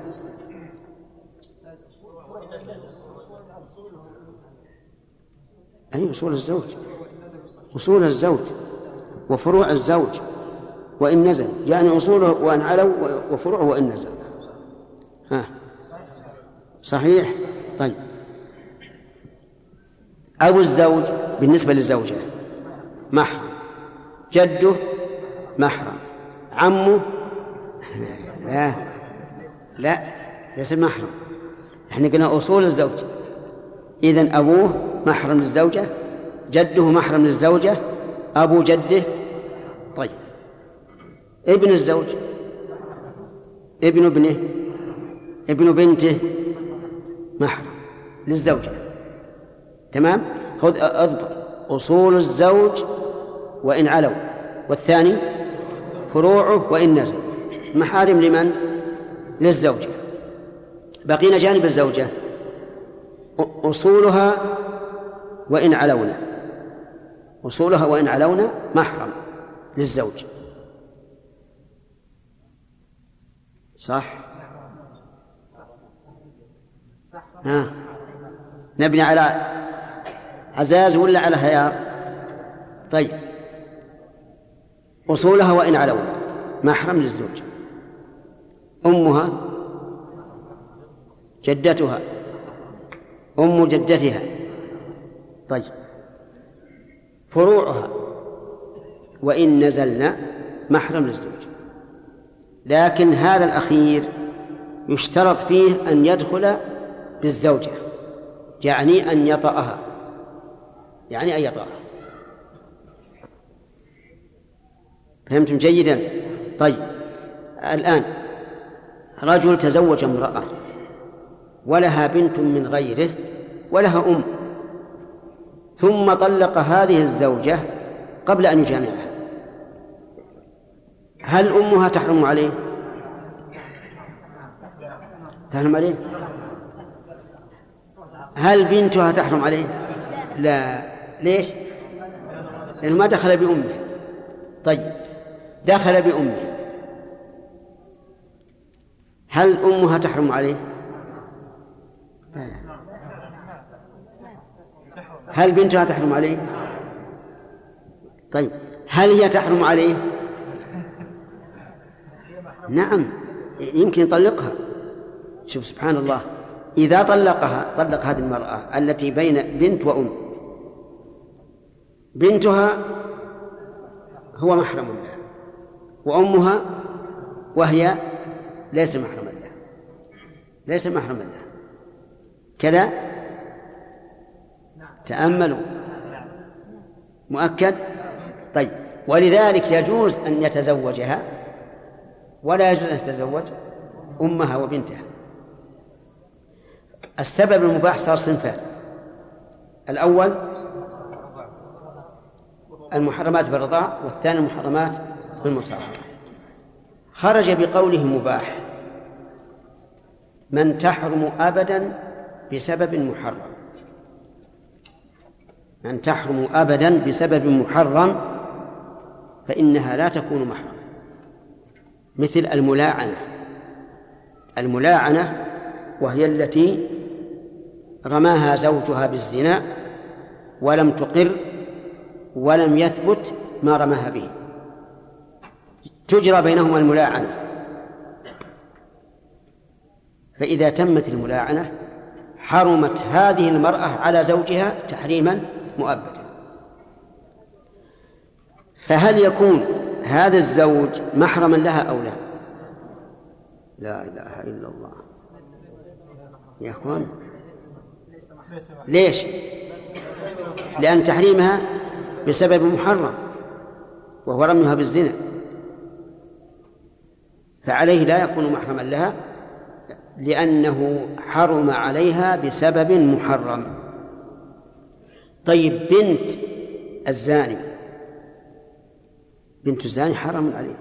Speaker 2: أي أصول الزوج، أصول الزوج وفروع الزوج وإن نزل، يعني أصوله وإن علوا وفروعه وإن نزل. صحيح. طيب، أبو الزوج بالنسبة للزوجة محرم، جده محرم، عمه لا ليس محرم. احنا قلنا أصول الزوج، إذن أبوه محرم للزوجة، جده محرم للزوجة، أبو جده. طيب، ابن الزوج، ابن ابنه، ابن بنته محرم للزوجة. تمام؟ خذ أضبط: أصول الزوج وإن علوا، والثاني فروعه وإن نزل. محارم لمن؟ للزوجة. بقينا جانب الزوجة: أصولها وإن علونا، أصولها وإن علونا محرم للزوج، صح؟ نبني على عزاز ولا على هيار؟ طيب، أصولها وإن علونا محرم للزوج، أمها، جدتها، أم جدتها. طيب، فروعها وإن نزلنا محرم للزوج، لكن هذا الأخير يشترط فيه أن يدخل بالزوجة، يعني أن يطأها، فهمتم جيدا؟ طيب، الآن رجل تزوج امرأة ولها بنت من غيره ولها أم، ثم طلق هذه الزوجة قبل أن يجامعها، هل أمها تحرم عليه؟ تحرم عليه؟ هل بنتها تحرم عليه؟ لا. ليش؟ لأنه ما دخل بأمه. طيب، دخل بأمه، هل أمها تحرم عليه؟ هل بنتها تحرم عليه؟ طيب، هل هي تحرم عليه؟ نعم، يمكن يطلقها. شوف سبحان الله، إذا طلق هذه المرأة التي بين بنت وأم، بنتها هو محرم لها، وأمها وهي ليس محرم لها، كذا. تأملوا، مؤكد. طيب، ولذلك يجوز أن يتزوجها ولا يجوز أن يتزوج أمها وبنتها. السبب المباح صار صنفان: الأول المحرمات بالرضاع، والثاني المحرمات بالمصاهرة. خرج بقوله مباح من تحرم أبدا بسبب محرم، من تحرم أبدا بسبب محرم فإنها لا تكون محرم، مثل الملاعنة وهي التي رماها زوجها بالزنا ولم تقر ولم يثبت ما رماها به، تجرى بينهما الملاعنة، فإذا تمت الملاعنة حرمت هذه المرأة على زوجها تحريما مؤبدا. فهل يكون هذا الزوج محرما لها أو لا؟ لا إله إلا الله يا أخوان. ليش؟ لأن تحريمها بسبب محرم وهو رميها بالزنا، فعليه لا يكون محرما لها لأنه حرم عليها بسبب محرم. طيب بنت الزاني، بنت الزاني حرام عليه،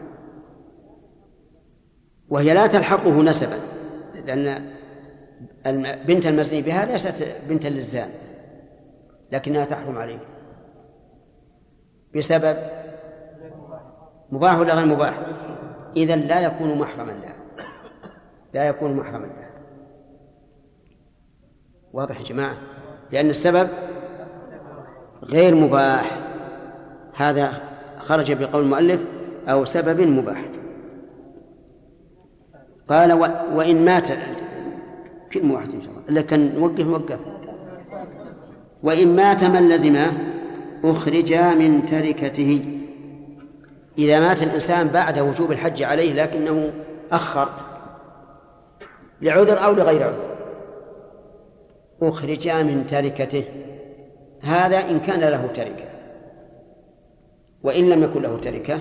Speaker 2: وهي لا تلحقه نسبا، لأن بنت المزني بها ليست بنتا للزاني، لكنها تحرم عليه بسبب مباح ولا غير مباح؟ إذن لا يكون محرما لها، لا يكون محرما لها. واضح يا جماعة؟ لأن السبب غير مباح، هذا خرج بقول المؤلف أو سبب مباح. قال وإن مات، كلمة واحدة إن شاء الله لكن نوقف. وإن مات من لزمه أخرج من تركته. إذا مات الإنسان بعد وجوب الحج عليه لكنه أخر لعذر أو لغير عذر، أخرج من تركته. هذا إن كان له تركة، وإن لم يكن له تركة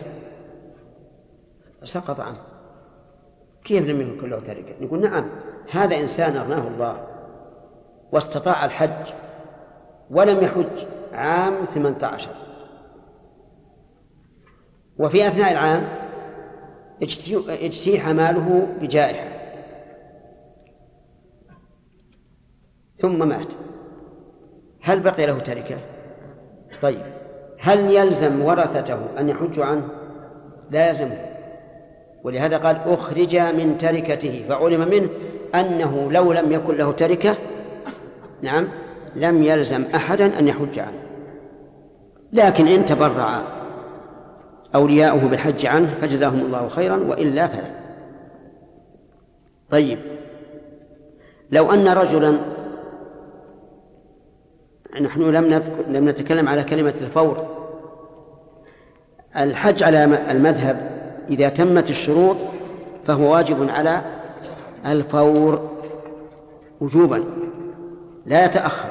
Speaker 2: سقط عنه. كيف لم يكن له تركة؟ نقول نعم، هذا إنسان أغناه الله واستطاع الحج ولم يحج عام 18، وفي أثناء العام اجتيح ماله بجائحة ثم مات، هل بقي له تركة؟ طيب هل يلزم ورثته أن يحجوا عنه؟ لا يلزمه، ولهذا قال أخرج من تركته، فعلم منه أنه لو لم يكن له تركة نعم لم يلزم أحدا أن يحج عنه. لكن إن تبرع أولياؤه بالحج عنه فجزاهم الله خيرا، وإلا فلا. طيب لو أن رجلا، نحن لم نتكلم على كلمة الفور. الحج على المذهب إذا تمت الشروط فهو واجب على الفور وجوبا لا يتأخر.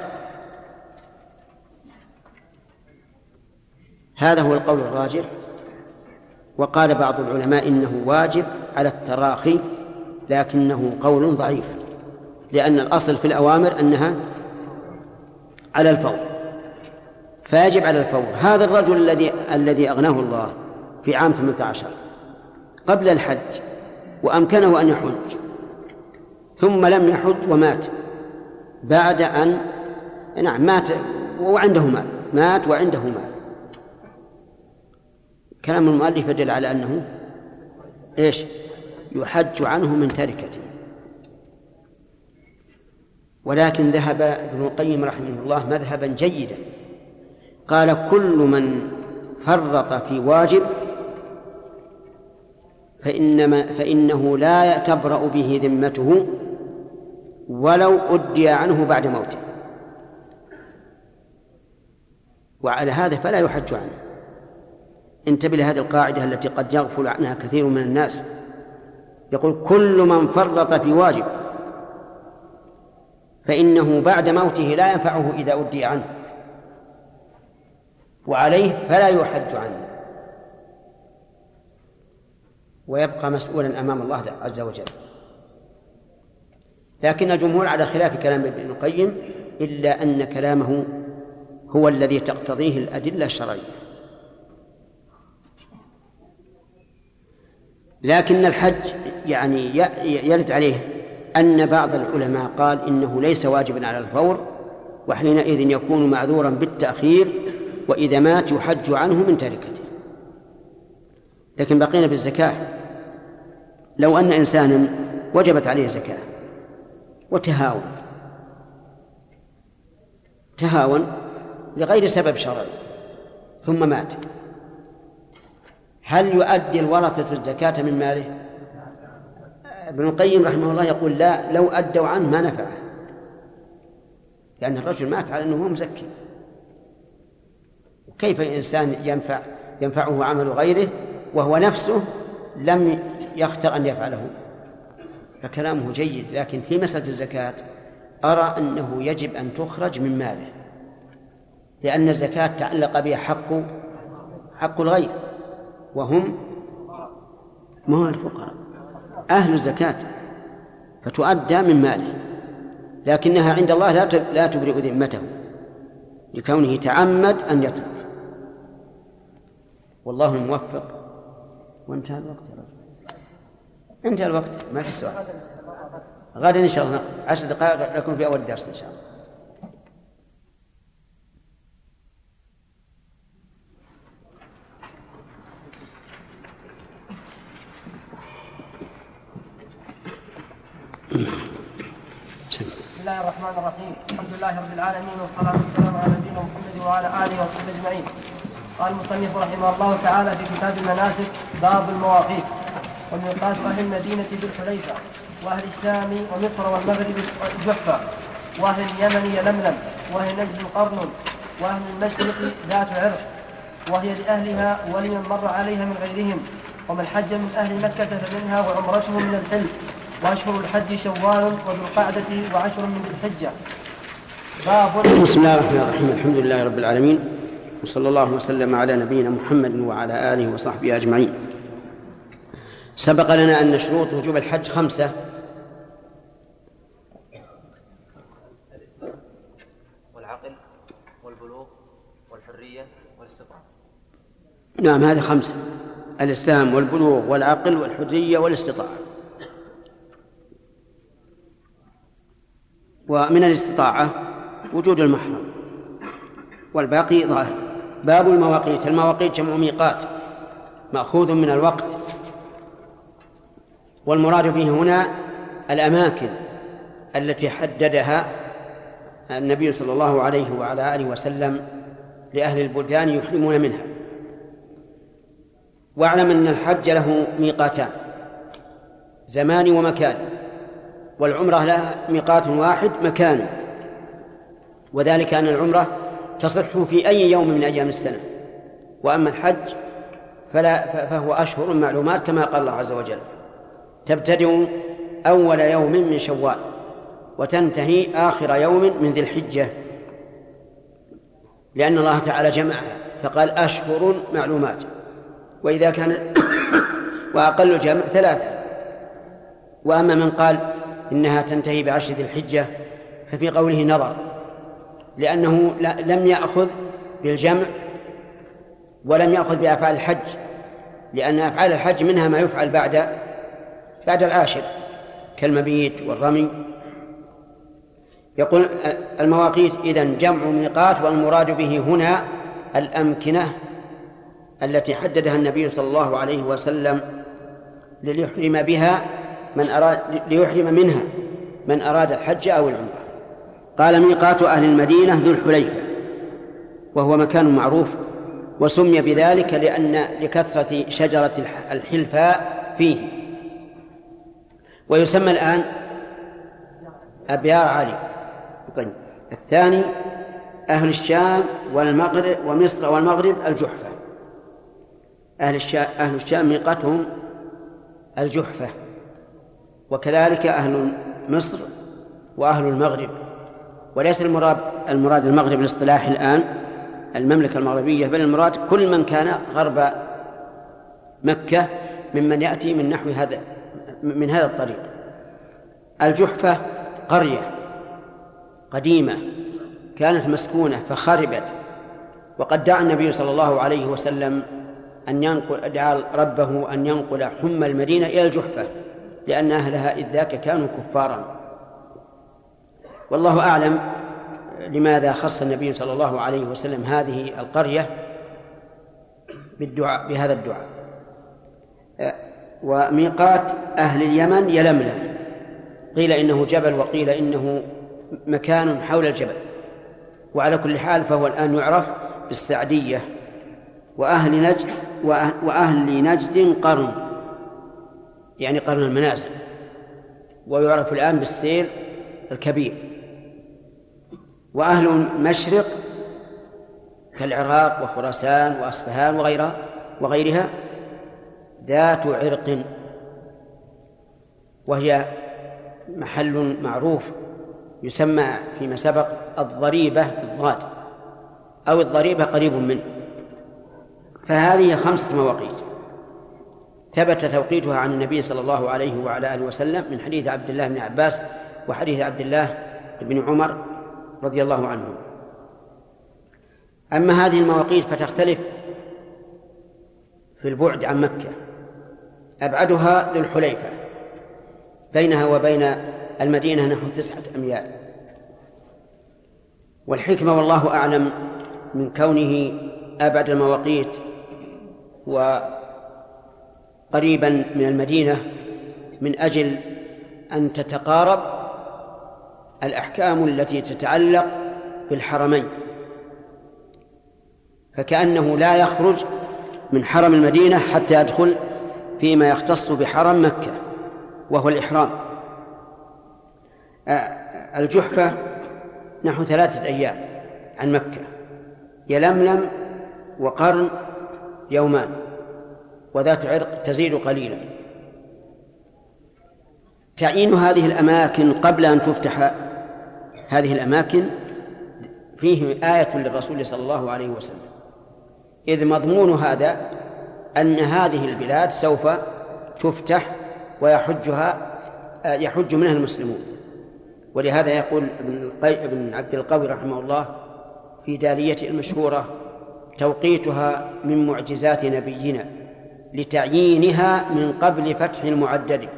Speaker 2: هذا هو القول الراجح. وقال بعض العلماء إنه واجب على التراخي، لكنه قول ضعيف، لأن الأصل في الأوامر أنها على الفور، فيجب على الفور. هذا الرجل الذي أغناه الله في عام 18 قبل الحج وأمكنه أن يحج ثم لم يحج ومات بعد أن مات وعنده مال، مات وعنده مال، كلام المؤلف يدل على أنه يحج عنه من تركته. ولكن ذهب ابن القيم رحمه الله مذهبا جيدا، قال كل من فرط في واجب فإنه لا تبرأ به ذمته ولو أدي عنه بعد موته، وعلى هذا فلا يحج عنه. انتبه لهذه القاعدة التي قد يغفل عنها كثير من الناس. يقول كل من فرط في واجب فإنه بعد موته لا ينفعه إذا أدي عنه، وعليه فلا يحج عنه ويبقى مسؤولا أمام الله عز وجل. لكن الجمهور على خلاف كلام ابن القيم، إلا أن كلامه هو الذي تقتضيه الأدلة الشرعية. لكن الحج يرد عليه أن بعض العلماء قال إنه ليس واجبا على الفور، وحينئذ يكون معذورا بالتأخير، وإذا مات يحج عنه من تركته. لكن بقينا بالزكاة. لو أن إنسانا وجبت عليه زكاة تهاون لغير سبب شرعي ثم مات، هل يؤدي الورثة الزكاة من ماله؟ ابن القيم رحمه الله يقول لا، لو أدوا عنه ما نفعه، لأن الرجل مات على أنه هو مزكي. وكيف إنسان ينفع ينفعه عمل غيره وهو نفسه لم يختر أن يفعله، فكلامه جيد. لكن في مسألة الزكاة أرى أنه يجب أن تخرج من ماله، لأن الزكاة تعلق بها حق الغير، وهم ما هو الفقراء أهل الزكاة، فتؤدى من ماله، لكنها عند الله لا تبرئ ذمته لكونه تعمد أن يترك. والله الموفق. وانتهى الوقت يا رجل، انتهى الوقت، ما في سؤال. غدا إن شاء الله 10 دقائق نكون في أول الدرس إن شاء الله.
Speaker 1: بسم الله الرحمن الرحيم. الحمد لله رب العالمين، والصلاة والسلام على نبينا محمد وعلى آله وصحبه أجمعين. قال المصنف رحمه الله تعالى في كتاب المناسك: باب المواقيت. والميقات أهل المدينة ذو الحليفة، وأهل الشام ومصر والمغرب الجحفة، وأهل اليمن يلملم، وأهل نجد قرن، وأهل المشرق ذات عرق، وهي لأهلها ولمن مر عليها من غيرهم. ومن حج من أهل مكة فمنها وعمرته من الحل. وأشهر الحج شوال وذو القعدة وعشر من ذي الحجة.
Speaker 2: بسم الله الرحمن الرحيم. الحمد لله رب العالمين، وصلى الله وسلم على نبينا محمد وعلى آله وصحبه أجمعين. سبق لنا أن شروط وجوب الحج 5:
Speaker 3: والعقل والبلوغ والحرية والاستطاعة.
Speaker 2: نعم، هذه 5: الإسلام والبلوغ والعقل والحرية والاستطاعة. ومن الاستطاعة وجود المحرم، والباقي ظاهر. باب المواقيت. المواقيت جمع ميقات، مأخوذ من الوقت، والمراد به هنا الأماكن التي حددها النبي صلى الله عليه وعلى آله وسلم لأهل البلدان يحرمون منها. واعلم أن الحج له ميقاتان: زمان ومكان. والعمرة لها ميقات واحد مكان، وذلك أن العمرة تصح في أي يوم من أيام السنة، وأما الحج فهو أشهر معلومات كما قال الله عز وجل: تبتدئ أول يوم من شوال وتنتهي آخر يوم من ذي الحجة، لأن الله تعالى جمعها فقال أشهر معلومات. وإذا كان وأقل جمع 3. وأما من قال إنها تنتهي بعشر ذي الحجة ففي قوله نظر، لأنه لم يأخذ بالجمع ولم يأخذ بأفعال الحج، لأن أفعال الحج منها ما يفعل بعد العاشر كالمبيت والرمي. يقول المواقيت إذن جمع ميقات، والمراد به هنا الأمكنة التي حددها النبي صلى الله عليه وسلم ليحرم منها من أراد الحج أو العمرة. قال: ميقات أهل المدينة ذو الحليفة، وهو مكان معروف، وسمي بذلك لكثرة شجرة الحلفاء فيه. ويسمى الآن أبيار علي. طيب، الثاني أهل الشام والمغرب ومصر والمغرب الجحفة. أهل الشام ميقاتهم الجحفة، وكذلك أهل مصر وأهل المغرب. وليس المراد المغرب الاصطلاحي الآن المملكة المغربية، بل المراد كل من كان غرب مكة ممن يأتي من نحو من هذا الطريق. الجحفة قرية قديمة كانت مسكونة فخربت، وقد دعا النبي صلى الله عليه وسلم دعا ربه أن ينقل حم المدينة إلى الجحفة، لأن أهلها إذ ذاك كانوا كفارا. والله أعلم لماذا خص النبي صلى الله عليه وسلم هذه القرية بهذا الدعاء. وميقات أهل اليمن يلملم، قيل إنه جبل وقيل إنه مكان حول الجبل، وعلى كل حال فهو الآن يعرف بالسعدية. وأهل نجد قرن، يعني قرن المنازل، ويعرف الآن بالسيل الكبير. وأهل المشرق كالعراق وخراسان وأصفهان وغيرها ذات عرق، وهي محل معروف يسمى فيما سبق الضريبة بالضاد أو الضريبة قريب منه. فهذه 5 مواقيت ثبت توقيتها عن النبي صلى الله عليه وعلى آله وسلم من حديث عبد الله بن عباس وحديث عبد الله بن عمر رضي الله عنهم. أما هذه المواقيت فتختلف في البعد عن مكة. أبعدها ذو الحليفة، بينها وبين المدينة نحو 9 أميال. والحكمة والله أعلم من كونه أبعد المواقيت وقريبا من المدينة من أجل أن تتقارب الأحكام التي تتعلق بالحرمين، فكأنه لا يخرج من حرم المدينة حتى يدخل فيما يختص بحرم مكة وهو الإحرام. الجحفة نحو 3 أيام عن مكة، يلملم وقرن 2 يومان، وذات عرق تزيد قليلا. تعيين هذه الأماكن قبل أن تفتح هذه الأماكن فيه آية للرسول صلى الله عليه وسلم، إذ مضمون هذا أن هذه البلاد سوف تفتح يحج منها المسلمون. ولهذا يقول ابن عبد القوي رحمه الله في دالية المشهورة: توقيتها من معجزات نبينا لتعيينها من قبل فتح المعدد.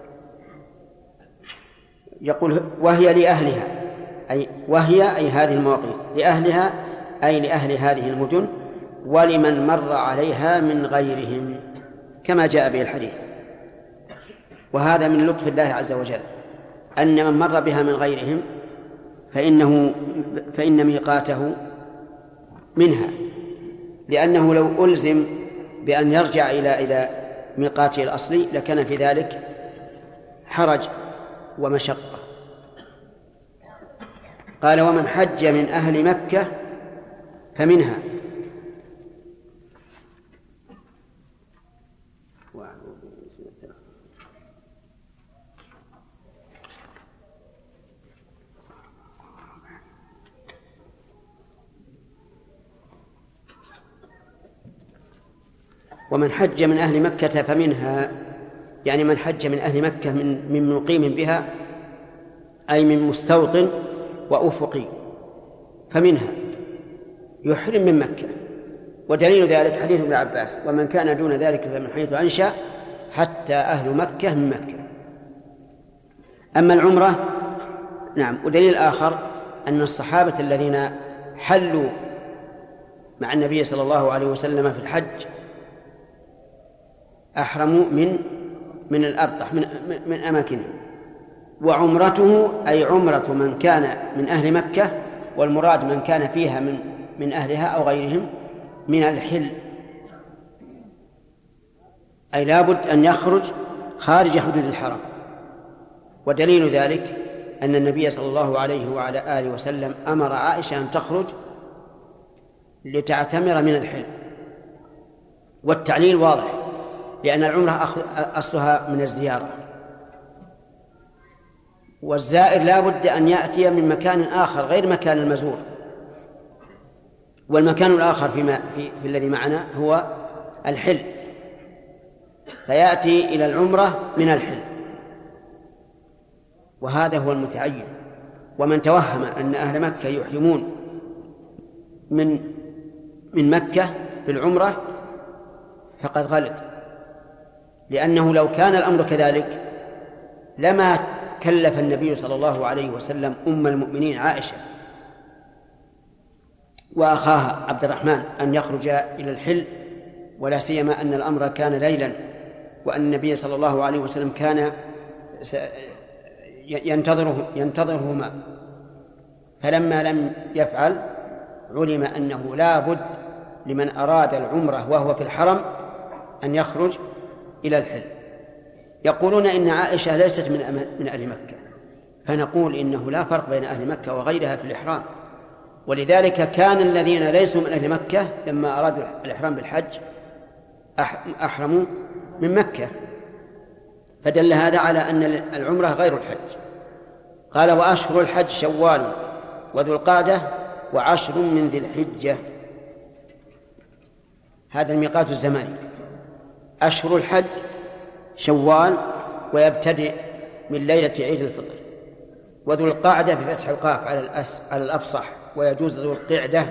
Speaker 2: يقول وهي لأهلها، أي هذه المواقيت لأهلها، أي لأهل هذه المدن ولمن مر عليها من غيرهم، كما جاء به الحديث. وهذا من لطف الله عز وجل أن من مر بها من غيرهم فإن ميقاته منها، لأنه لو ألزم بأن يرجع إلى ميقاته الأصلي لكان في ذلك حرج ومشقة. قال: ومن حج من أهل مكة فمنها. ومن حج من أهل مكة فمنها، يعني من حج من أهل مكة من مقيم بها، أي من مستوطن وأفقي، فمنها يحرم من مكة. ودليل ذلك حديث ابن عباس: ومن كان دون ذلك فمن حيث أنشأ حتى أهل مكة من مكة. أما العمرة نعم. ودليل آخر أن الصحابة الذين حلوا مع النبي صلى الله عليه وسلم في الحج أحرموا من الأبطح من أماكنهم. وعمرته أي عمرة من كان من أهل مكة، والمراد من كان فيها من أهلها أو غيرهم من الحل، أي لابد أن يخرج خارج حدود الحرم. ودليل ذلك أن النبي صلى الله عليه وعلى آله وسلم أمر عائشة أن تخرج لتعتمر من الحل. والتعليل واضح، لأن العمرة أصلها من الزيارة، والزائر لا بد أن يأتي من مكان آخر غير مكان المزور. والمكان الآخر في الذي معنا هو الحل، فيأتي إلى العمرة من الحل، وهذا هو المتعين. ومن توهم أن أهل مكة يحرمون من مكة بالعمرة فقد غلط، لأنه لو كان الأمر كذلك لما كلف النبي صلى الله عليه وسلم أم المؤمنين عائشة وأخاها عبد الرحمن أن يخرج إلى الحل، ولا سيما أن الأمر كان ليلا، وأن النبي صلى الله عليه وسلم كان ينتظرهما. فلما لم يفعل علم أنه لا بد لمن أراد العمرة وهو في الحرم أن يخرج إلى الحل. يقولون إن عائشة ليست من أهل مكة، فنقول إنه لا فرق بين أهل مكة وغيرها في الإحرام، ولذلك كان الذين ليسوا من أهل مكة لما أرادوا الإحرام بالحج أحرموا من مكة، فدل هذا على أن العمرة غير الحج. قال وأشهر الحج شوال وذو القعدة وعشر من ذي الحجة. هذا الميقات الزماني. أشهر الحج شوال ويبتدئ من ليلة عيد الفطر، وذو القعدة بفتح القاف على الأفصح ويجوز ذو القعدة،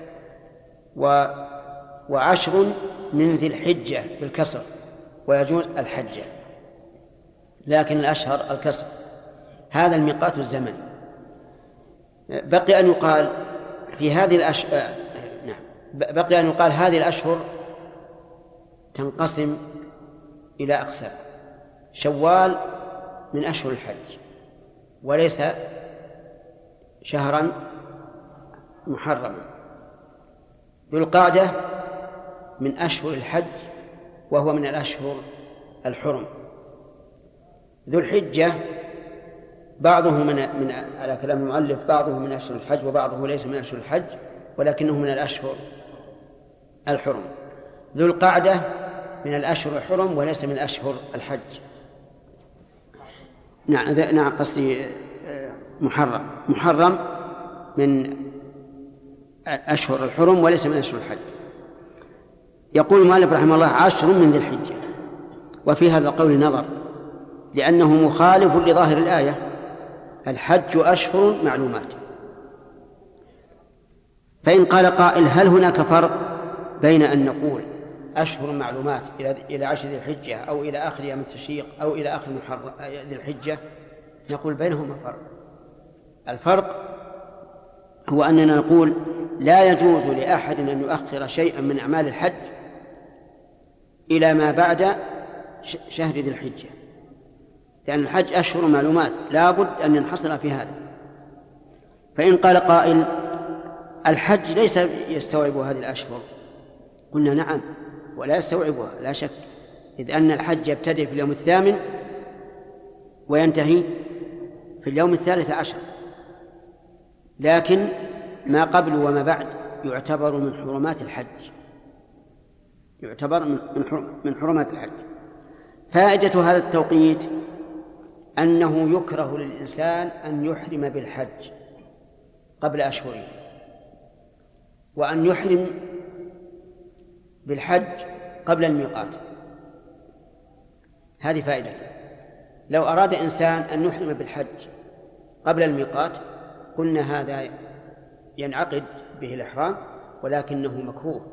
Speaker 2: وعشر من ذي الحجة بالكسر ويجوز الحجة، لكن الأشهر الكسر. هذا الميقات الزمني. بقي أن يقال في هذه بقي أن يقال هذه الأشهر تنقسم إلى أقسام. شوال من أشهر الحج وليس شهرا محرما، ذو القعدة من أشهر الحج وهو من الأشهر الحرم، ذو الحجة بعضه من على كلام المؤلف بعضه من أشهر الحج وبعضه ليس من أشهر الحج ولكنه من الأشهر الحرم، ذو القعدة من الأشهر الحرم وليس من أشهر الحج. نعم قصدي محرم من أشهر الحرم وليس من أشهر الحج. يقول المؤلف رحمه الله عشر من ذي الحجة، وفي هذا القول نظر، لأنه مخالف لظاهر الآية الحج أشهر معلومات. فإن قال قائل هل هناك فرق بين أن نقول أشهر معلومات إلى 10 ذي الحجة أو إلى آخر أيام التشريق أو إلى آخر ذي الحجة؟ نقول بينهما فرق. الفرق هو أننا نقول لا يجوز لأحد أن يؤخر شيئا من أعمال الحج إلى ما بعد شهر ذي الحجة، لأن الحج أشهر معلومات لا بد أن ينحصر في هذا. فإن قال قائل الحج ليس يستوعب هذه الأشهر، قلنا نعم ولا يستوعبها لا شك، إذ أن الحج يبتدئ في اليوم 8 وينتهي في اليوم 13، لكن ما قبل وما بعد يعتبر من حرمات الحج، يعتبر من حرمات الحج. فائدة هذا التوقيت أنه يكره للإنسان أن يحرم بالحج قبل أشهره، وأن يحرم بالحج قبل الميقات. هذه فائدة. لو أراد إنسان أن يحرم بالحج قبل الميقات قلنا هذا ينعقد به الإحرام ولكنه مكروه،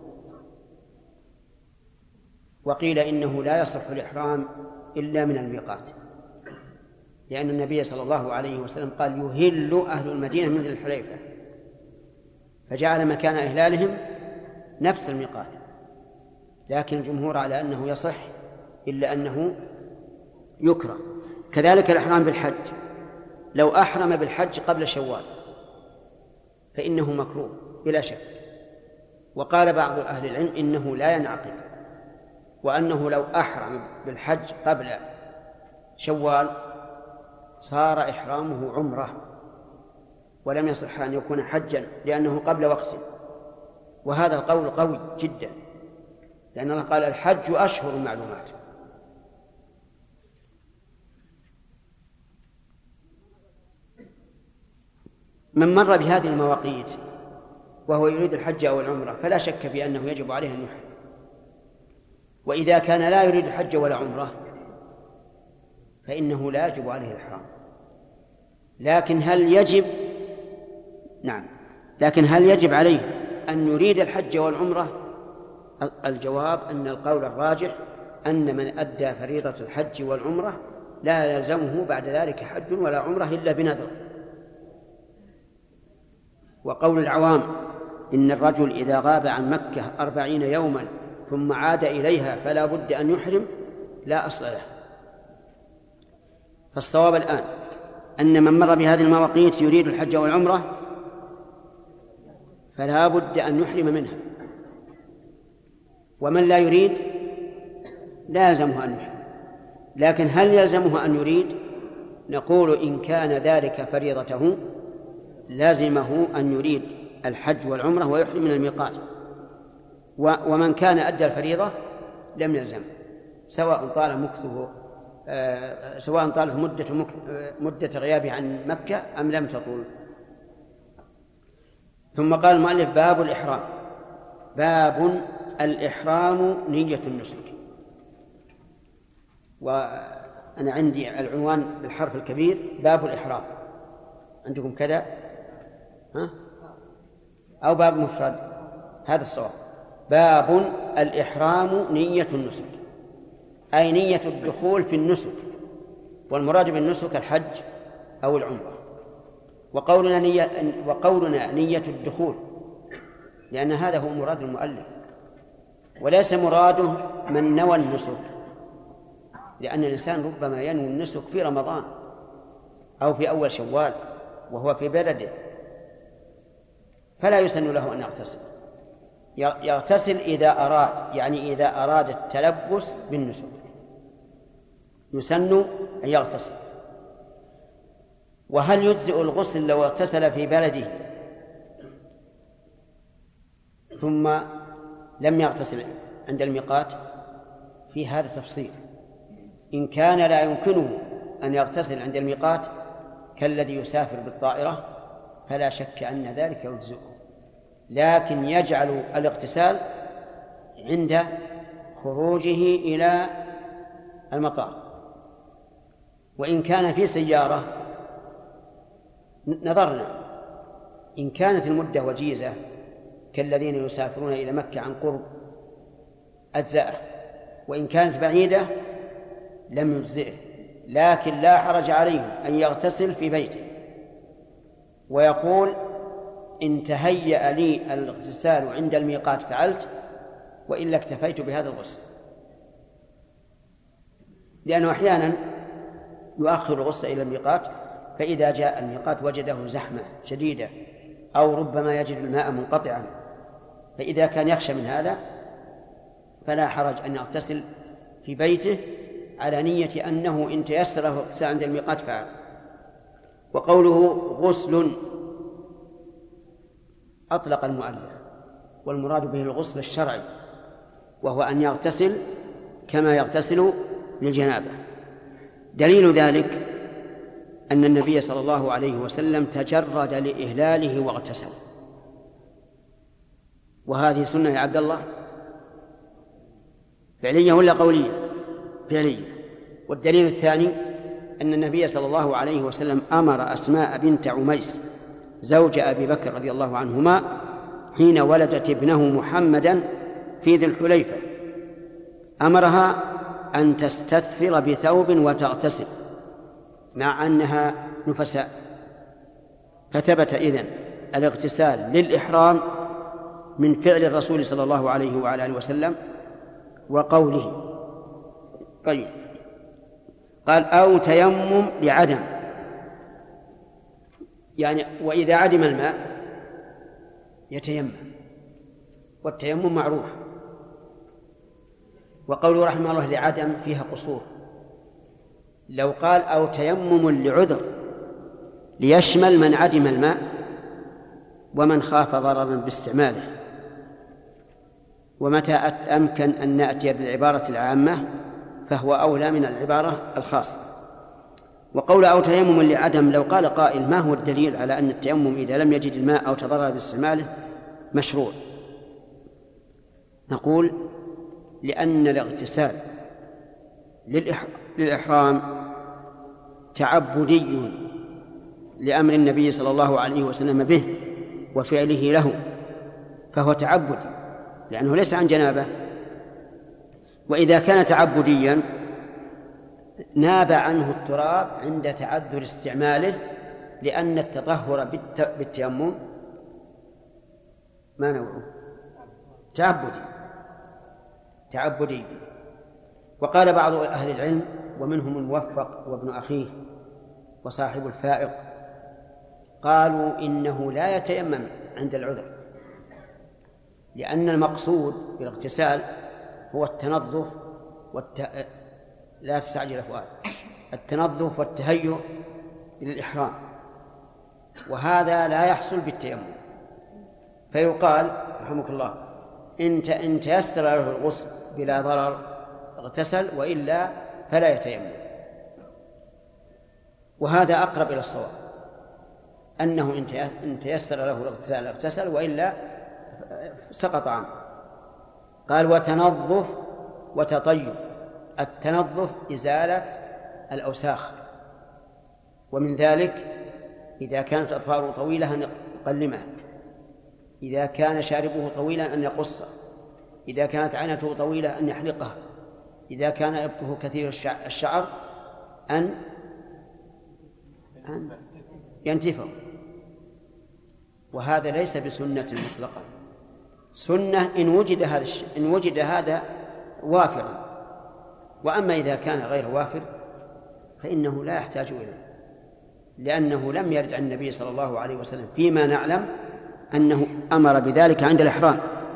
Speaker 2: وقيل إنه لا يصح الإحرام إلا من الميقات، لأن النبي صلى الله عليه وسلم قال يهل أهل المدينة من ذي الحليفة، فجعل مكان إهلالهم نفس الميقات، لكن الجمهور على أنه يصح إلا أنه يكره. كذلك الإحرام بالحج، لو أحرم بالحج قبل شوال فإنه مكروه بلا شك، وقال بعض أهل العلم إنه لا ينعقد، وأنه لو أحرم بالحج قبل شوال صار إحرامه عمرة ولم يصح أن يكون حجا لأنه قبل وقته. وهذا القول قوي جدا، لأن الله قال الحج أشهر معلومات. من مر بهذه المواقيت وهو يريد الحج أو العمرة فلا شك بأنه يجب عليه أن يحرم، وإذا كان لا يريد الحج ولا عمرة فإنه لا يجب عليه الإحرام. لكن هل يجب عليه أن يريد الحج والعمرة؟ الجواب أن القول الراجح أن من أدى فريضة الحج والعمرة لا يلزمه بعد ذلك حج ولا عمرة إلا بنذر. وقول العوام إن الرجل إذا غاب عن مكة 40 يوما ثم عاد إليها فلا بد أن يحرم لا أصل له. فالصواب الآن أن من مر بهذه المواقيت يريد الحج والعمرة فلا بد أن يحرم منها، ومن لا يريد لا يلزمه أن يحرم. لكن هل يلزمه أن يريد؟ نقول إن كان ذلك فريضته لازمه أن يريد الحج والعمرة ويحرم من الميقات، ومن كان أدى الفريضة لم يلزم، سواء طالت مدة غيابه عن مكة أم لم تطول. ثم قال المؤلف: باب الإحرام. باب الإحرام نية النسك. وأنا عندي العنوان بالحرف الكبير باب الإحرام، عندكم كذا أو باب مفرد؟ هذا الصواب. باب الإحرام نية النسك، أي نية الدخول في النسك، والمراد بالنسك الحج أو العمرة. وقولنا نية الدخول لأن هذا هو مراد المؤلف، وليس مراده من نوى النسك، لأن الإنسان ربما ينوي النسك في رمضان أو في أول شوال وهو في بلده، فلا يسن له أن يغتسل. يغتسل إذا أراد، يعني إذا أراد التلبس بالنسك يسن أن يغتسل. وهل يجزئ الغسل لو اغتسل في بلده ثم لم يغتسل عند الميقات؟ في هذا تفصيل. إن كان لا يمكنه أن يغتسل عند الميقات كالذي يسافر بالطائرة فلا شك أن ذلك يجزئه، لكن يجعل الاغتسال عند خروجه إلى المطار. وإن كان في سيارة نظرنا، إن كانت المدة وجيزة كالذين يسافرون إلى مكة عن قرب أجزاءه، وإن كانت بعيدة لم يجزئه، لكن لا حرج عليه أن يغتسل في بيته ويقول: إن تهيأ لي الاغتسال عند الميقات فعلت، وإلا اكتفيت بهذا الغسل. لأنه أحيانا يؤخر الغسل إلى الميقات، فإذا جاء الميقات وجده زحمة شديدة أو ربما يجد الماء منقطعا، فإذا كان يخشى من هذا فلا حرج أن يغتسل في بيته على نية أنه إن تيسر له الاغتسال عند الميقات فعل. وقوله غسل أطلق المؤلف، والمراد به الغسل الشرعي، وهو أن يغتسل كما يغتسل للجنابة. دليل ذلك أن النبي صلى الله عليه وسلم تجرد لإهلاله واغتسل، وهذه سنة يا عبد الله فعلية ولا قولية؟ فعلية. والدليل الثاني أن النبي صلى الله عليه وسلم أمر أسماء بنت عميس زوج أبي بكر رضي الله عنهما حين ولدت ابنه محمدا في ذي الحليفة، أمرها أن تستثفر بثوب وتغتسل مع أنها نفساء. فثبت إذن الاغتسال للإحرام من فعل الرسول صلى الله عليه وعلى آله وسلم وقوله. طيب، قال: أو تيمم لعدم، يعني وإذا عدم الماء يتيمم، والتيمم معروف. وقوله رحمه الله لعدم فيها قصور، لو قال أو تيمم لعذر ليشمل من عدم الماء ومن خاف ضررا باستعماله. ومتى أمكن أن نأتي بالعبارة العامة فهو أولى من العبارة الخاصة. وقول أو تيمم لعدم، لو قال قائل: ما هو الدليل على أن التيمم إذا لم يجد الماء أو تضرر باستعماله مشروع؟ نقول: لأن الاغتسال للإحرام تعبدي لأمر النبي صلى الله عليه وسلم به وفعله له، فهو تعبدي لأنه ليس عن جنابه. وإذا كان تعبديا ناب عنه التراب عند تعذر استعماله، لأن التطهر بالتيمم ما نوعه؟ تعبدي. وقال بعض أهل العلم ومنهم الموفق وابن أخيه وصاحب الفائق، قالوا إنه لا يتيمم عند العذر، لأن المقصود بالاغتسال هو التنظف لا تستعجل فؤاد، التنظف والتهيؤ للإحرام، وهذا لا يحصل بالتيمم، فيقال رحمك الله إن تيسر له الغسل بلا ضرر اغتسل، وإلا فلا يتيمم. وهذا أقرب إلى الصواب، أنه إن تيسر له الاغتسال اغتسل، وإلا سقط عنه. قال وتنظف وتطيب. التنظف إزالة الأوساخ، ومن ذلك إذا كانت أظفاره طويلة أن يقلمها، إذا كان شاربه طويلا أن يقصه، إذا كانت عينته طويلة أن يحلقها، إذا كان إبطه كثير الشعر أن ينتفه. وهذا ليس بسنة مطلقة، سنة إن وجد هذا وافرا، وأما إذا كان غير وافر فإنه لا يحتاج إليه، لأنه لم يرد عن النبي صلى الله عليه وسلم فيما نعلم أنه أمر بذلك عند الإحرام،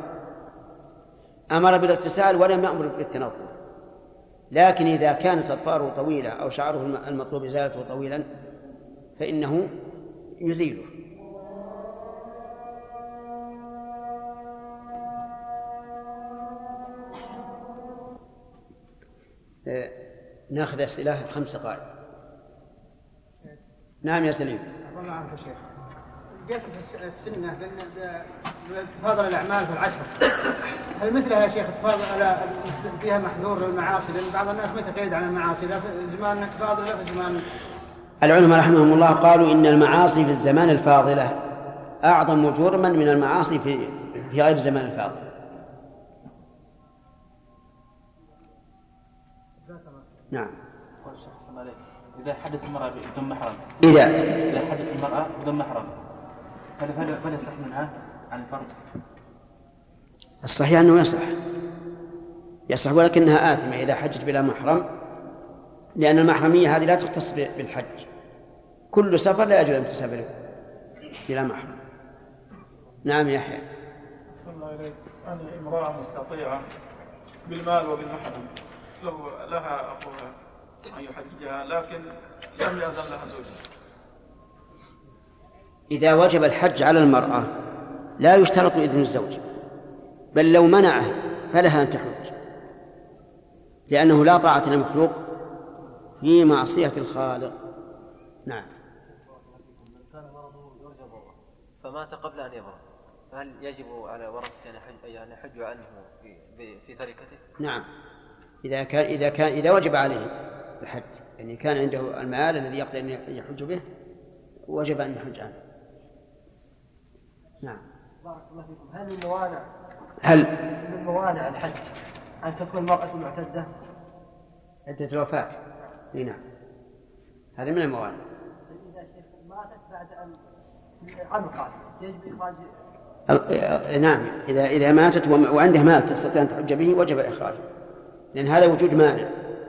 Speaker 2: أمر بالاغتسال ولم يأمر بالتنظف. لكن إذا كانت أظفاره طويلة أو شعره المطلوب إزالته طويلا فإنه يزيله. ناخذ أسئلة 5 دقائق. نعم يا سليم.
Speaker 4: الله عنك يا شيخ. جاءت في السنة تفاضل الأعمال في العشر، هل مثلها يا شيخ تفاضل فيها محذور للمعاصي؟ لأن بعض الناس ما يتقيد على المعاصي، لا في زمان تفاضل لا في زمان.
Speaker 2: العلماء رحمهم الله قالوا إن المعاصي في الزمان الفاضلة أعظم جرما من المعاصي في غير الزمان الفاضل. نعم.
Speaker 5: إذا حدث المرأة بدون محرم،
Speaker 2: إذا
Speaker 5: حدث المرأة بدون محرم فلا يصح منها عن الفرد؟
Speaker 2: الصحيح أنه يصح ولكنها آثمة إذا حجت بلا محرم، لأن المحرمية هذه لا تختص بالحج، كل سفر لا يجوز أن تسافر بلا محرم. نعم يا يحيى.
Speaker 6: صلى الله عليه. أنا امرأة مستطيعة بالمال وبالمحرم، لها أخوها أن يحججها، لكن لم يأذن لها زوجها.
Speaker 2: إذا وجب الحج على المرأة لا يشترط إذن الزوج، بل لو منعه فلها أن تحج، لأنه لا طاعة للمخلوق في معصية الخالق. نعم.
Speaker 3: كان مرضه يرجى ضره فمات قبل أن يبرأ، فهل يجب على ورثته أن يحجوا عنه في تركته؟
Speaker 2: نعم، إذا وجب عليه الحج، يعني كان عنده المال الذي يقدر أن يحج به، وجب أن يحج عنه. نعم.
Speaker 1: بارك الله فيكم. هل من موانع الحج أن تكون المرأة معتدة؟
Speaker 2: عدة الوفاة. نعم، هذا من الموانع.
Speaker 1: إذا شيخ ماتت بعد أن عمقت يجب إخراج.
Speaker 2: نعم، إذا ماتت وعندها مال تستطيع أن تحج به وجب إخراجه، لأن هذا وجود مانع.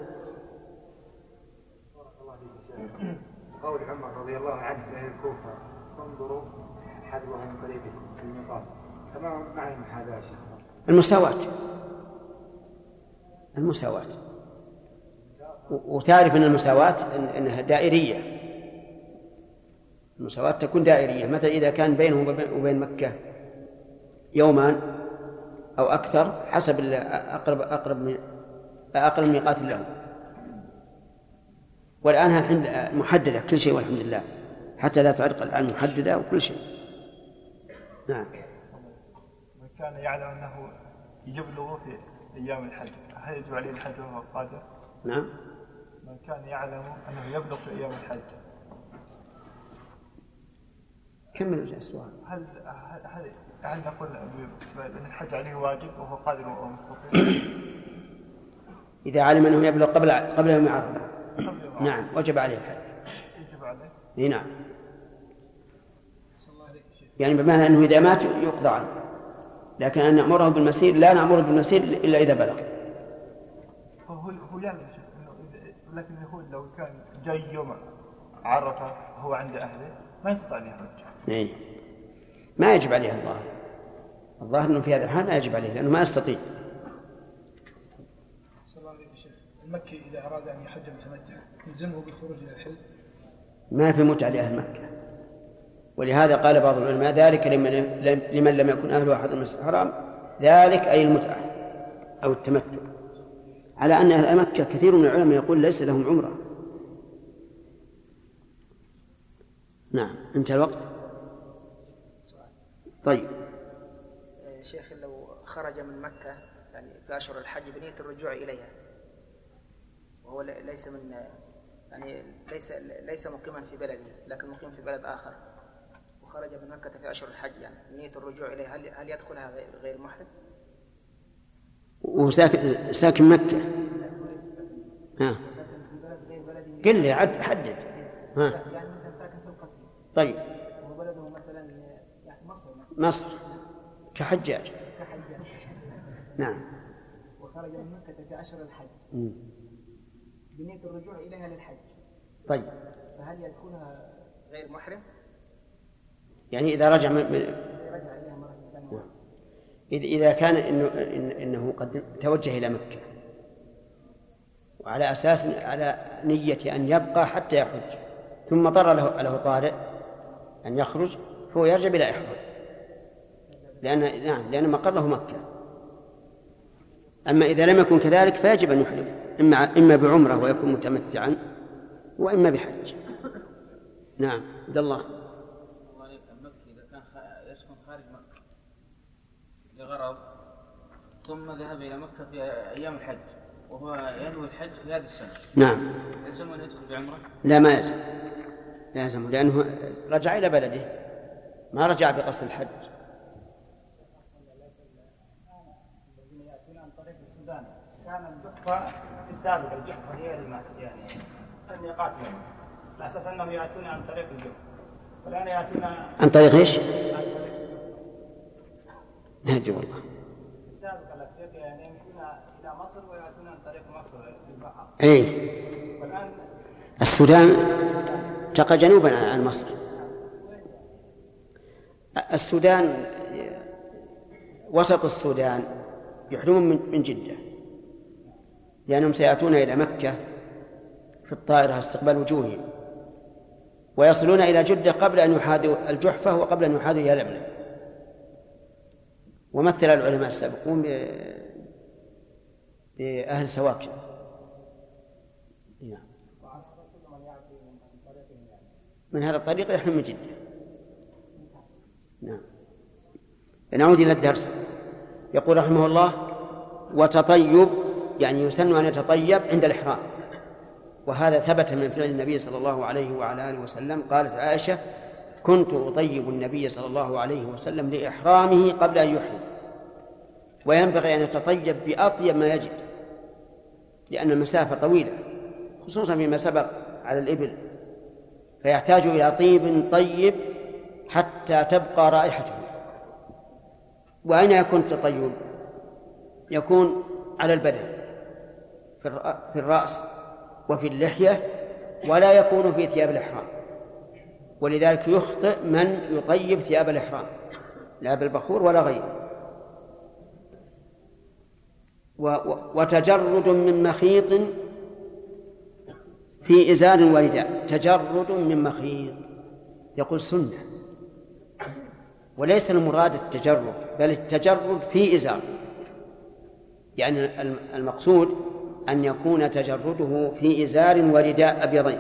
Speaker 4: قول عمر رضي الله عنه في الكوفة انظروا حذوها من قريبكم في الميقات، تمام مع المحاذاة.
Speaker 2: المساواة، وتعرف أن المساواة أنها دائرية. المساواة تكون دائرية، مثلا إذا كان بينه وبين مكة يومان أو أكثر حسب أقرب ميقات له. والآن محددة كل شيء والحمد لله، حتى لا تعرق الآن محددة وكل شيء. نعم.
Speaker 6: من كان يعلم أنه يبلغ في أيام الحج هل يجب عليه الحج وهو قادر؟
Speaker 2: نعم.
Speaker 6: من كان يعلم أنه يبلغ في أيام الحج.
Speaker 2: كمل السؤال.
Speaker 6: هل نقول أن الحج عليه واجب وهو قادر ومستطيع؟
Speaker 2: إذا علم أنه يبلغ قبل يوم عرفة نعم وجب عليه الحج.
Speaker 6: يجب عليه؟
Speaker 2: إيه نعم. يعني بمعنى أنه إذا مات يقضى عنه، لكن أن نأمره بالمسير لا نأمره بالمسير إلا إذا بلغ.
Speaker 6: هو يعني لكن هو لو كان جاي يوم عرفة هو عند أهله ما يستطيع أن يحج.
Speaker 2: إيه ما يجب عليه الظاهر أنه في هذا الحال ما يجب عليه لأنه ما يستطيع.
Speaker 7: صلى الله عليه وسلم المكي إذا أراد أن يحج متمتع يلزمه بالخروج إلى الحل؟
Speaker 2: ما في متعة لأهل مكة، ولهذا قال بعض العلماء ذلك لمن لم يكن أهله أحد المسجد الحرام، ذلك أي المتعة أو التمتع، على أن أهل مكة كثير من العلماء يقول ليس لهم عمرة. نعم، انتهى الوقت. طيب
Speaker 7: شيخ، لو خرج من مكة يعني في أشهر الحج بنية الرجوع إليها، وهو ليس من يعني ليس مقيما في بلده لكن مقيم في بلد آخر، وخرج من مكة في أشهر الحج يعني بنية الرجوع إليها، هل يدخلها غير محرم؟
Speaker 2: وساكن مكة؟ ها قل لي حدد. ها
Speaker 7: يعني مثلا ساكن في القصيم.
Speaker 2: طيب
Speaker 7: وبلده مثلا يعني
Speaker 2: مصر كحجاج. نعم.
Speaker 7: وخرج من مكة في أشهر الحج بنية الرجوع إليها للحج.
Speaker 2: طيب
Speaker 7: فهل يدخلها غير محرم؟
Speaker 2: يعني إذا رجع
Speaker 7: إليها مرة ثانية.
Speaker 2: إذا كان إنه قد توجه إلى مكة وعلى أساس على نية أن يبقى حتى يحج، ثم طر له طارئ أن يخرج، فهو يرجع بلا إحرام، لأن مقره مكة. أما إذا لم يكن كذلك فيجب أن يحرم، إما بعمرة ويكون متمتعا، وإما بحج. نعم. عبد الله.
Speaker 5: المكي إذا كان يسكن خارج مكة لغرض ثم ذهب إلى مكة في أيام الحج وهو ينوي الحج في هذه السنة،
Speaker 2: نعم،
Speaker 5: يلزم أن يدخل بعمرة؟
Speaker 2: لا، ما يلزم، لأنه رجع إلى بلده، ما رجع بقصد الحج.
Speaker 7: الذين يأتون عن طريق السودان كان الجحفة في السابق، الجحفة هي يعني الميقات لهم، على أساس أنهم يأتون عن طريق الجحفة، والآن يأتون
Speaker 2: عن طريق إيش؟ هذه والله.
Speaker 7: السابق الأفريقيا يعني يمشون إلى مصر ويأتون عن طريق مصر للبحر.
Speaker 2: إيه.
Speaker 7: والآن
Speaker 2: السودان تقع جنوبا عن مصر. السودان وسط السودان يحرمون من جدة، لأنهم سيأتون إلى مكة في الطائرة استقبال وجوههم، ويصلون إلى جدة قبل أن يحاذوا الجحفة وقبل أن يحاذوا يلملم. ومثل العلماء السابقون بأهل سواكن. من هذا الطريق يحرم من جدة. نعم. نعود إلى الدرس. يقول رحمه الله: وتطيب يعني يسن أن يتطيب عند الإحرام، وهذا ثبت من فعل النبي صلى الله عليه وعلى آله وسلم. قالت عائشة: كنت أطيب النبي صلى الله عليه وسلم لإحرامه قبل أن يحرم. وينبغي أن يتطيب بأطيب ما يجد، لأن المسافة طويلة، خصوصا فيما سبق على الإبل، فيحتاج إلى طيب طيب حتى تبقى رائحته. وأين يكون التطيب؟ يكون على البدن، في الرأس وفي اللحية، ولا يكون في ثياب الإحرام. ولذلك يخطئ من يطيب ثياب الإحرام، لا بالبخور ولا غيره. وتجرد من مخيط في إزار ورداء. تجرد من مخيط يقول سنة، وليس المراد التجرد، بل التجرد في إزار، يعني المقصود أن يكون تجرده في إزار ورداء أبيضين.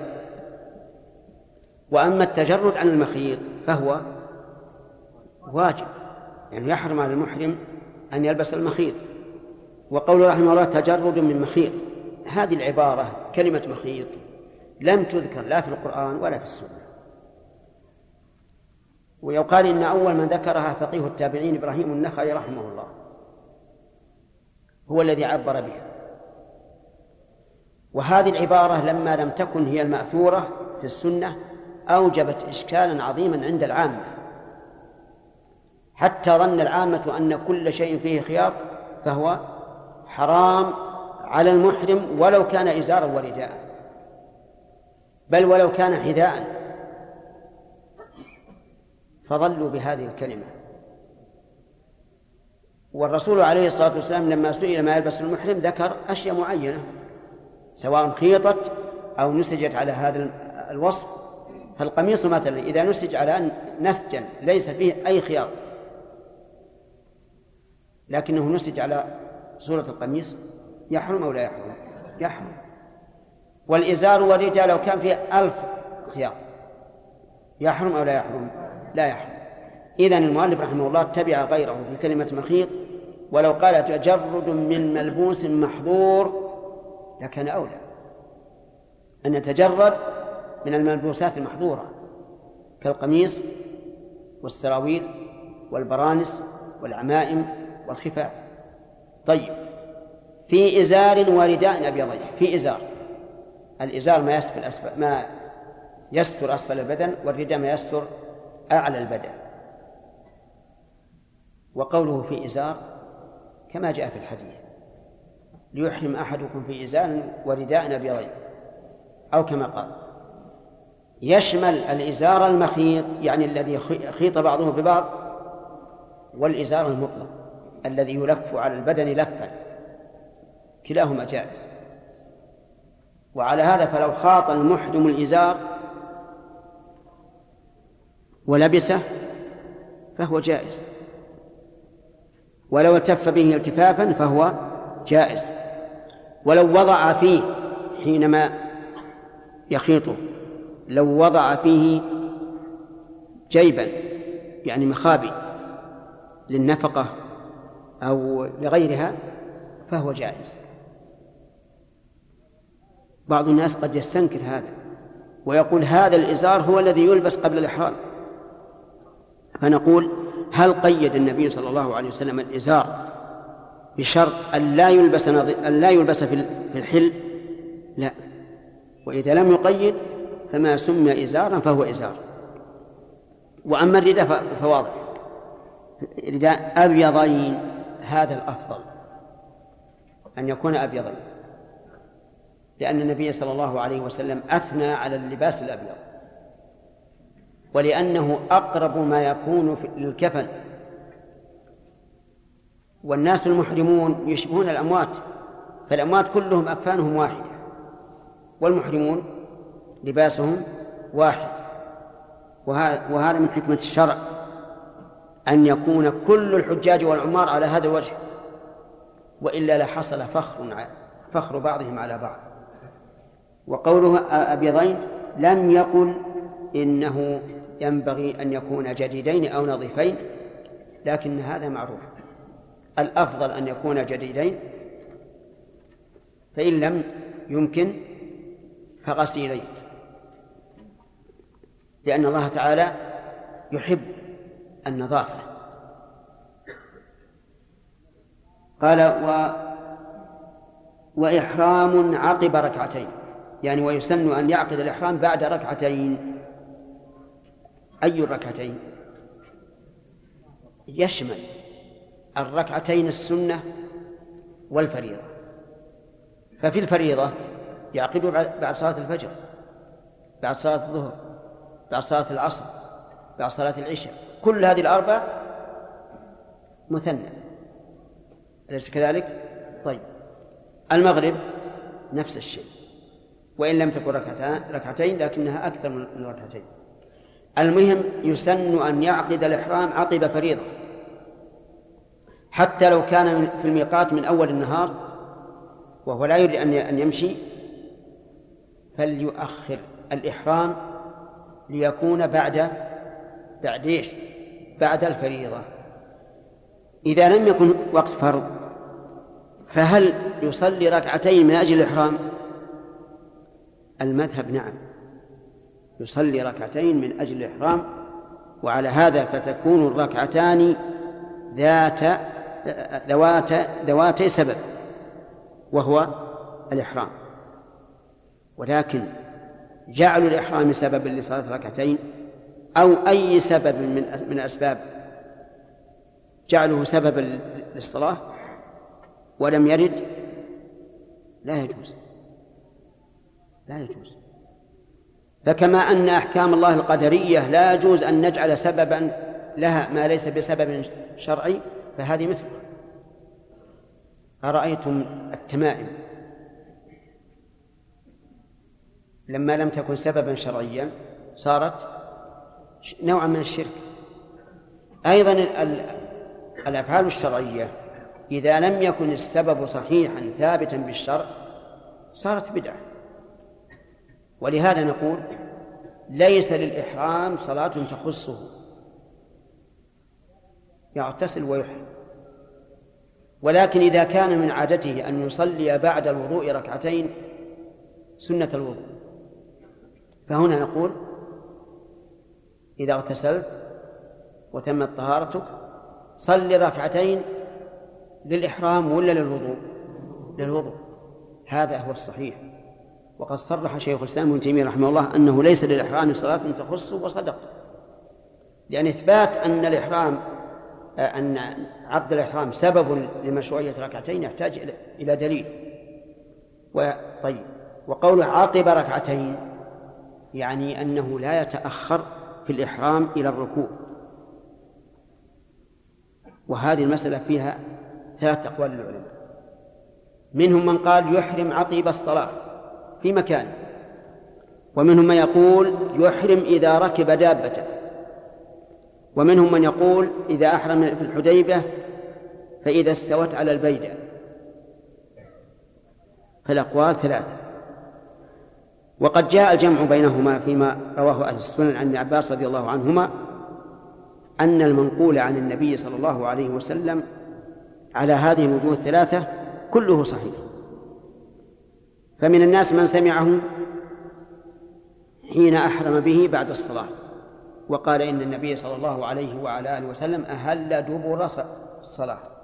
Speaker 2: وأما التجرد عن المخيط فهو واجب، يعني يحرم على المحرم أن يلبس المخيط. وقول رحمه الله: تجرد من مخيط، هذه العبارة كلمة مخيط لم تذكر لا في القرآن ولا في السنة. ويقال إن أول من ذكرها فقيه التابعين إبراهيم النخعي رحمه الله، هو الذي عبر بها. وهذه العبارة لما لم تكن هي المأثورة في السنة أوجبت إشكالا عظيما عند العامة، حتى ظن العامة أن كل شيء فيه خياط فهو حرام على المحرم ولو كان إزارا ورداء، بل ولو كان حذاء، فظلوا بهذه الكلمة. والرسول عليه الصلاة والسلام لما سئل ما يلبس المحرم ذكر أشياء معينة، سواء خيطت أو نسجت على هذا الوصف، فالقميص مثلا إذا نسج على نسجا ليس فيه أي خياط لكنه نسج على صورة القميص يحرم أو لا يحرم؟ يحرم. والإزار والرداء لو كان فيه 1000 خياط يحرم أو لا يحرم؟ لا يحرم. إذن المؤلف رحمه الله اتبع غيره في كلمة مخيط، ولو قال تجرد من ملبوس محظور لكان أولى أن يتجرد من الملبوسات المحظورة كالقميص والسراويل والبرانس والعمائم والخفاف. طيب، في إزار ورداء أبيضين. في إزار، الإزار ما يستر أسفل البدن، والرداء ما يستر أعلى البدن. وقوله في إزار كما جاء في الحديث ليحرم أحدكم في إزار ورداء أبيضين، أو كما قال. يشمل الإزار المخيط يعني الذي خيط بعضه ببعض، والإزار المطلق الذي يلف على البدن لفا، كلاهما جائز. وعلى هذا فلو خاط المحرم الإزار ولبسه فهو جائز، ولو التف به التفافا فهو جائز، ولو وضع فيه حينما يخيطه لو وضع فيه جيبا يعني مخابئ للنفقة أو لغيرها فهو جائز. بعض الناس قد يستنكر هذا ويقول هذا الإزار هو الذي يلبس قبل الإحرام، فنقول هل قيد النبي صلى الله عليه وسلم الإزار بشرط أن لا يلبس في الحل؟ لا. وإذا لم يقيد فما سمي إزارا فهو إزار. وأما الرداء فواضح، رداء أبيضين هذا الأفضل أن يكون أبيضين، لأن النبي صلى الله عليه وسلم أثنى على اللباس الأبيض، ولأنه أقرب ما يكون للكفن، والناس المحرمون يشبهون الأموات، فالأموات كلهم أكفانهم واحدة، والمحرمون لباسهم واحد. وهذا من حكمة الشرع أن يكون كل الحجاج والعمار على هذا الوجه، وإلا لحصل فخر بعضهم على بعض. وقوله أبيضين لم يقل إنه ينبغي أن يكون جديدين أو نظيفين، لكن هذا معروف، الأفضل أن يكون جديدين، فإن لم يمكن فغسيلين، لأن الله تعالى يحب النظافة. قال وإحرام عقب ركعتين، يعني ويسن أن يعقد الإحرام بعد ركعتين. أي الركعتين؟ يشمل الركعتين السنة والفريضة. ففي الفريضة يعقد بعد صلاة الفجر، بعد صلاة الظهر، بعد صلاة العصر، بعد صلاة العشاء، كل هذه الأربع مثنى، أليس كذلك؟ طيب، المغرب نفس الشيء، وإن لم تكن ركعتين لكنها أكثر من ركعتين. المهم يسن أن يعقد الإحرام عقب فريضة، حتى لو كان في الميقات من أول النهار وهو لا يريد أن يمشي، فليؤخر الإحرام ليكون بعد إيش؟ بعد الفريضة. إذا لم يكن وقت فرض فهل يصلي ركعتين من أجل الإحرام؟ المذهب نعم، يصلي ركعتين من أجل الإحرام، وعلى هذا فتكون الركعتان ذواتي سبب وهو الإحرام. ولكن جعل الإحرام سببا لصلاة ركعتين أو أي سبب من الأسباب جعله سببا للصلاة ولم يرد لا يجوز، لا يجوز. فكما أن أحكام الله القدرية لا يجوز أن نجعل سببا لها ما ليس بسبب شرعي، فهذه مثل أرأيتم التمائم لما لم تكن سببا شرعيا صارت نوعا من الشرك. أيضا الأفعال الشرعية إذا لم يكن السبب صحيحا ثابتا بالشرع صارت بدعة. ولهذا نقول ليس للإحرام صلاة تخصه، يغتسل ويحرم. ولكن إذا كان من عادته أن يصلي بعد الوضوء ركعتين سنة الوضوء فهنا نقول إذا اغتسلت وتمت طهارتك صل ركعتين للإحرام ولا للوضوء؟ للوضوء. هذا هو الصحيح. وقد صرح شيخ الإسلام ابن تيمية رحمه الله أنه ليس للإحرام صلاة تخصه، وصدق، لأن إثبات أن عقد الإحرام سبب لمشروعية ركعتين يحتاج إلى دليل. طيب، وقوله عقب ركعتين يعني أنه لا يتأخر في الإحرام إلى الركوع، وهذه المسألة فيها 3 أقوال للعلماء. منهم من قال يحرم عقب الصلاة في مكان، ومنهم من يقول يحرم إذا ركب دابته، ومنهم من يقول إذا أحرم في الحديبة فإذا استوت على البيدة. فالأقوال 3. وقد جاء الجمع بينهما فيما رواه أهل السنن عن ابن عباس رضي الله عنهما أن المنقول عن النبي صلى الله عليه وسلم على هذه الوجوه 3 كله صحيح. فمن الناس من سمعه حين أحرم به بعد الصلاة وقال إن النبي صلى الله عليه وعلى آله وسلم أهل دبر الصلاة،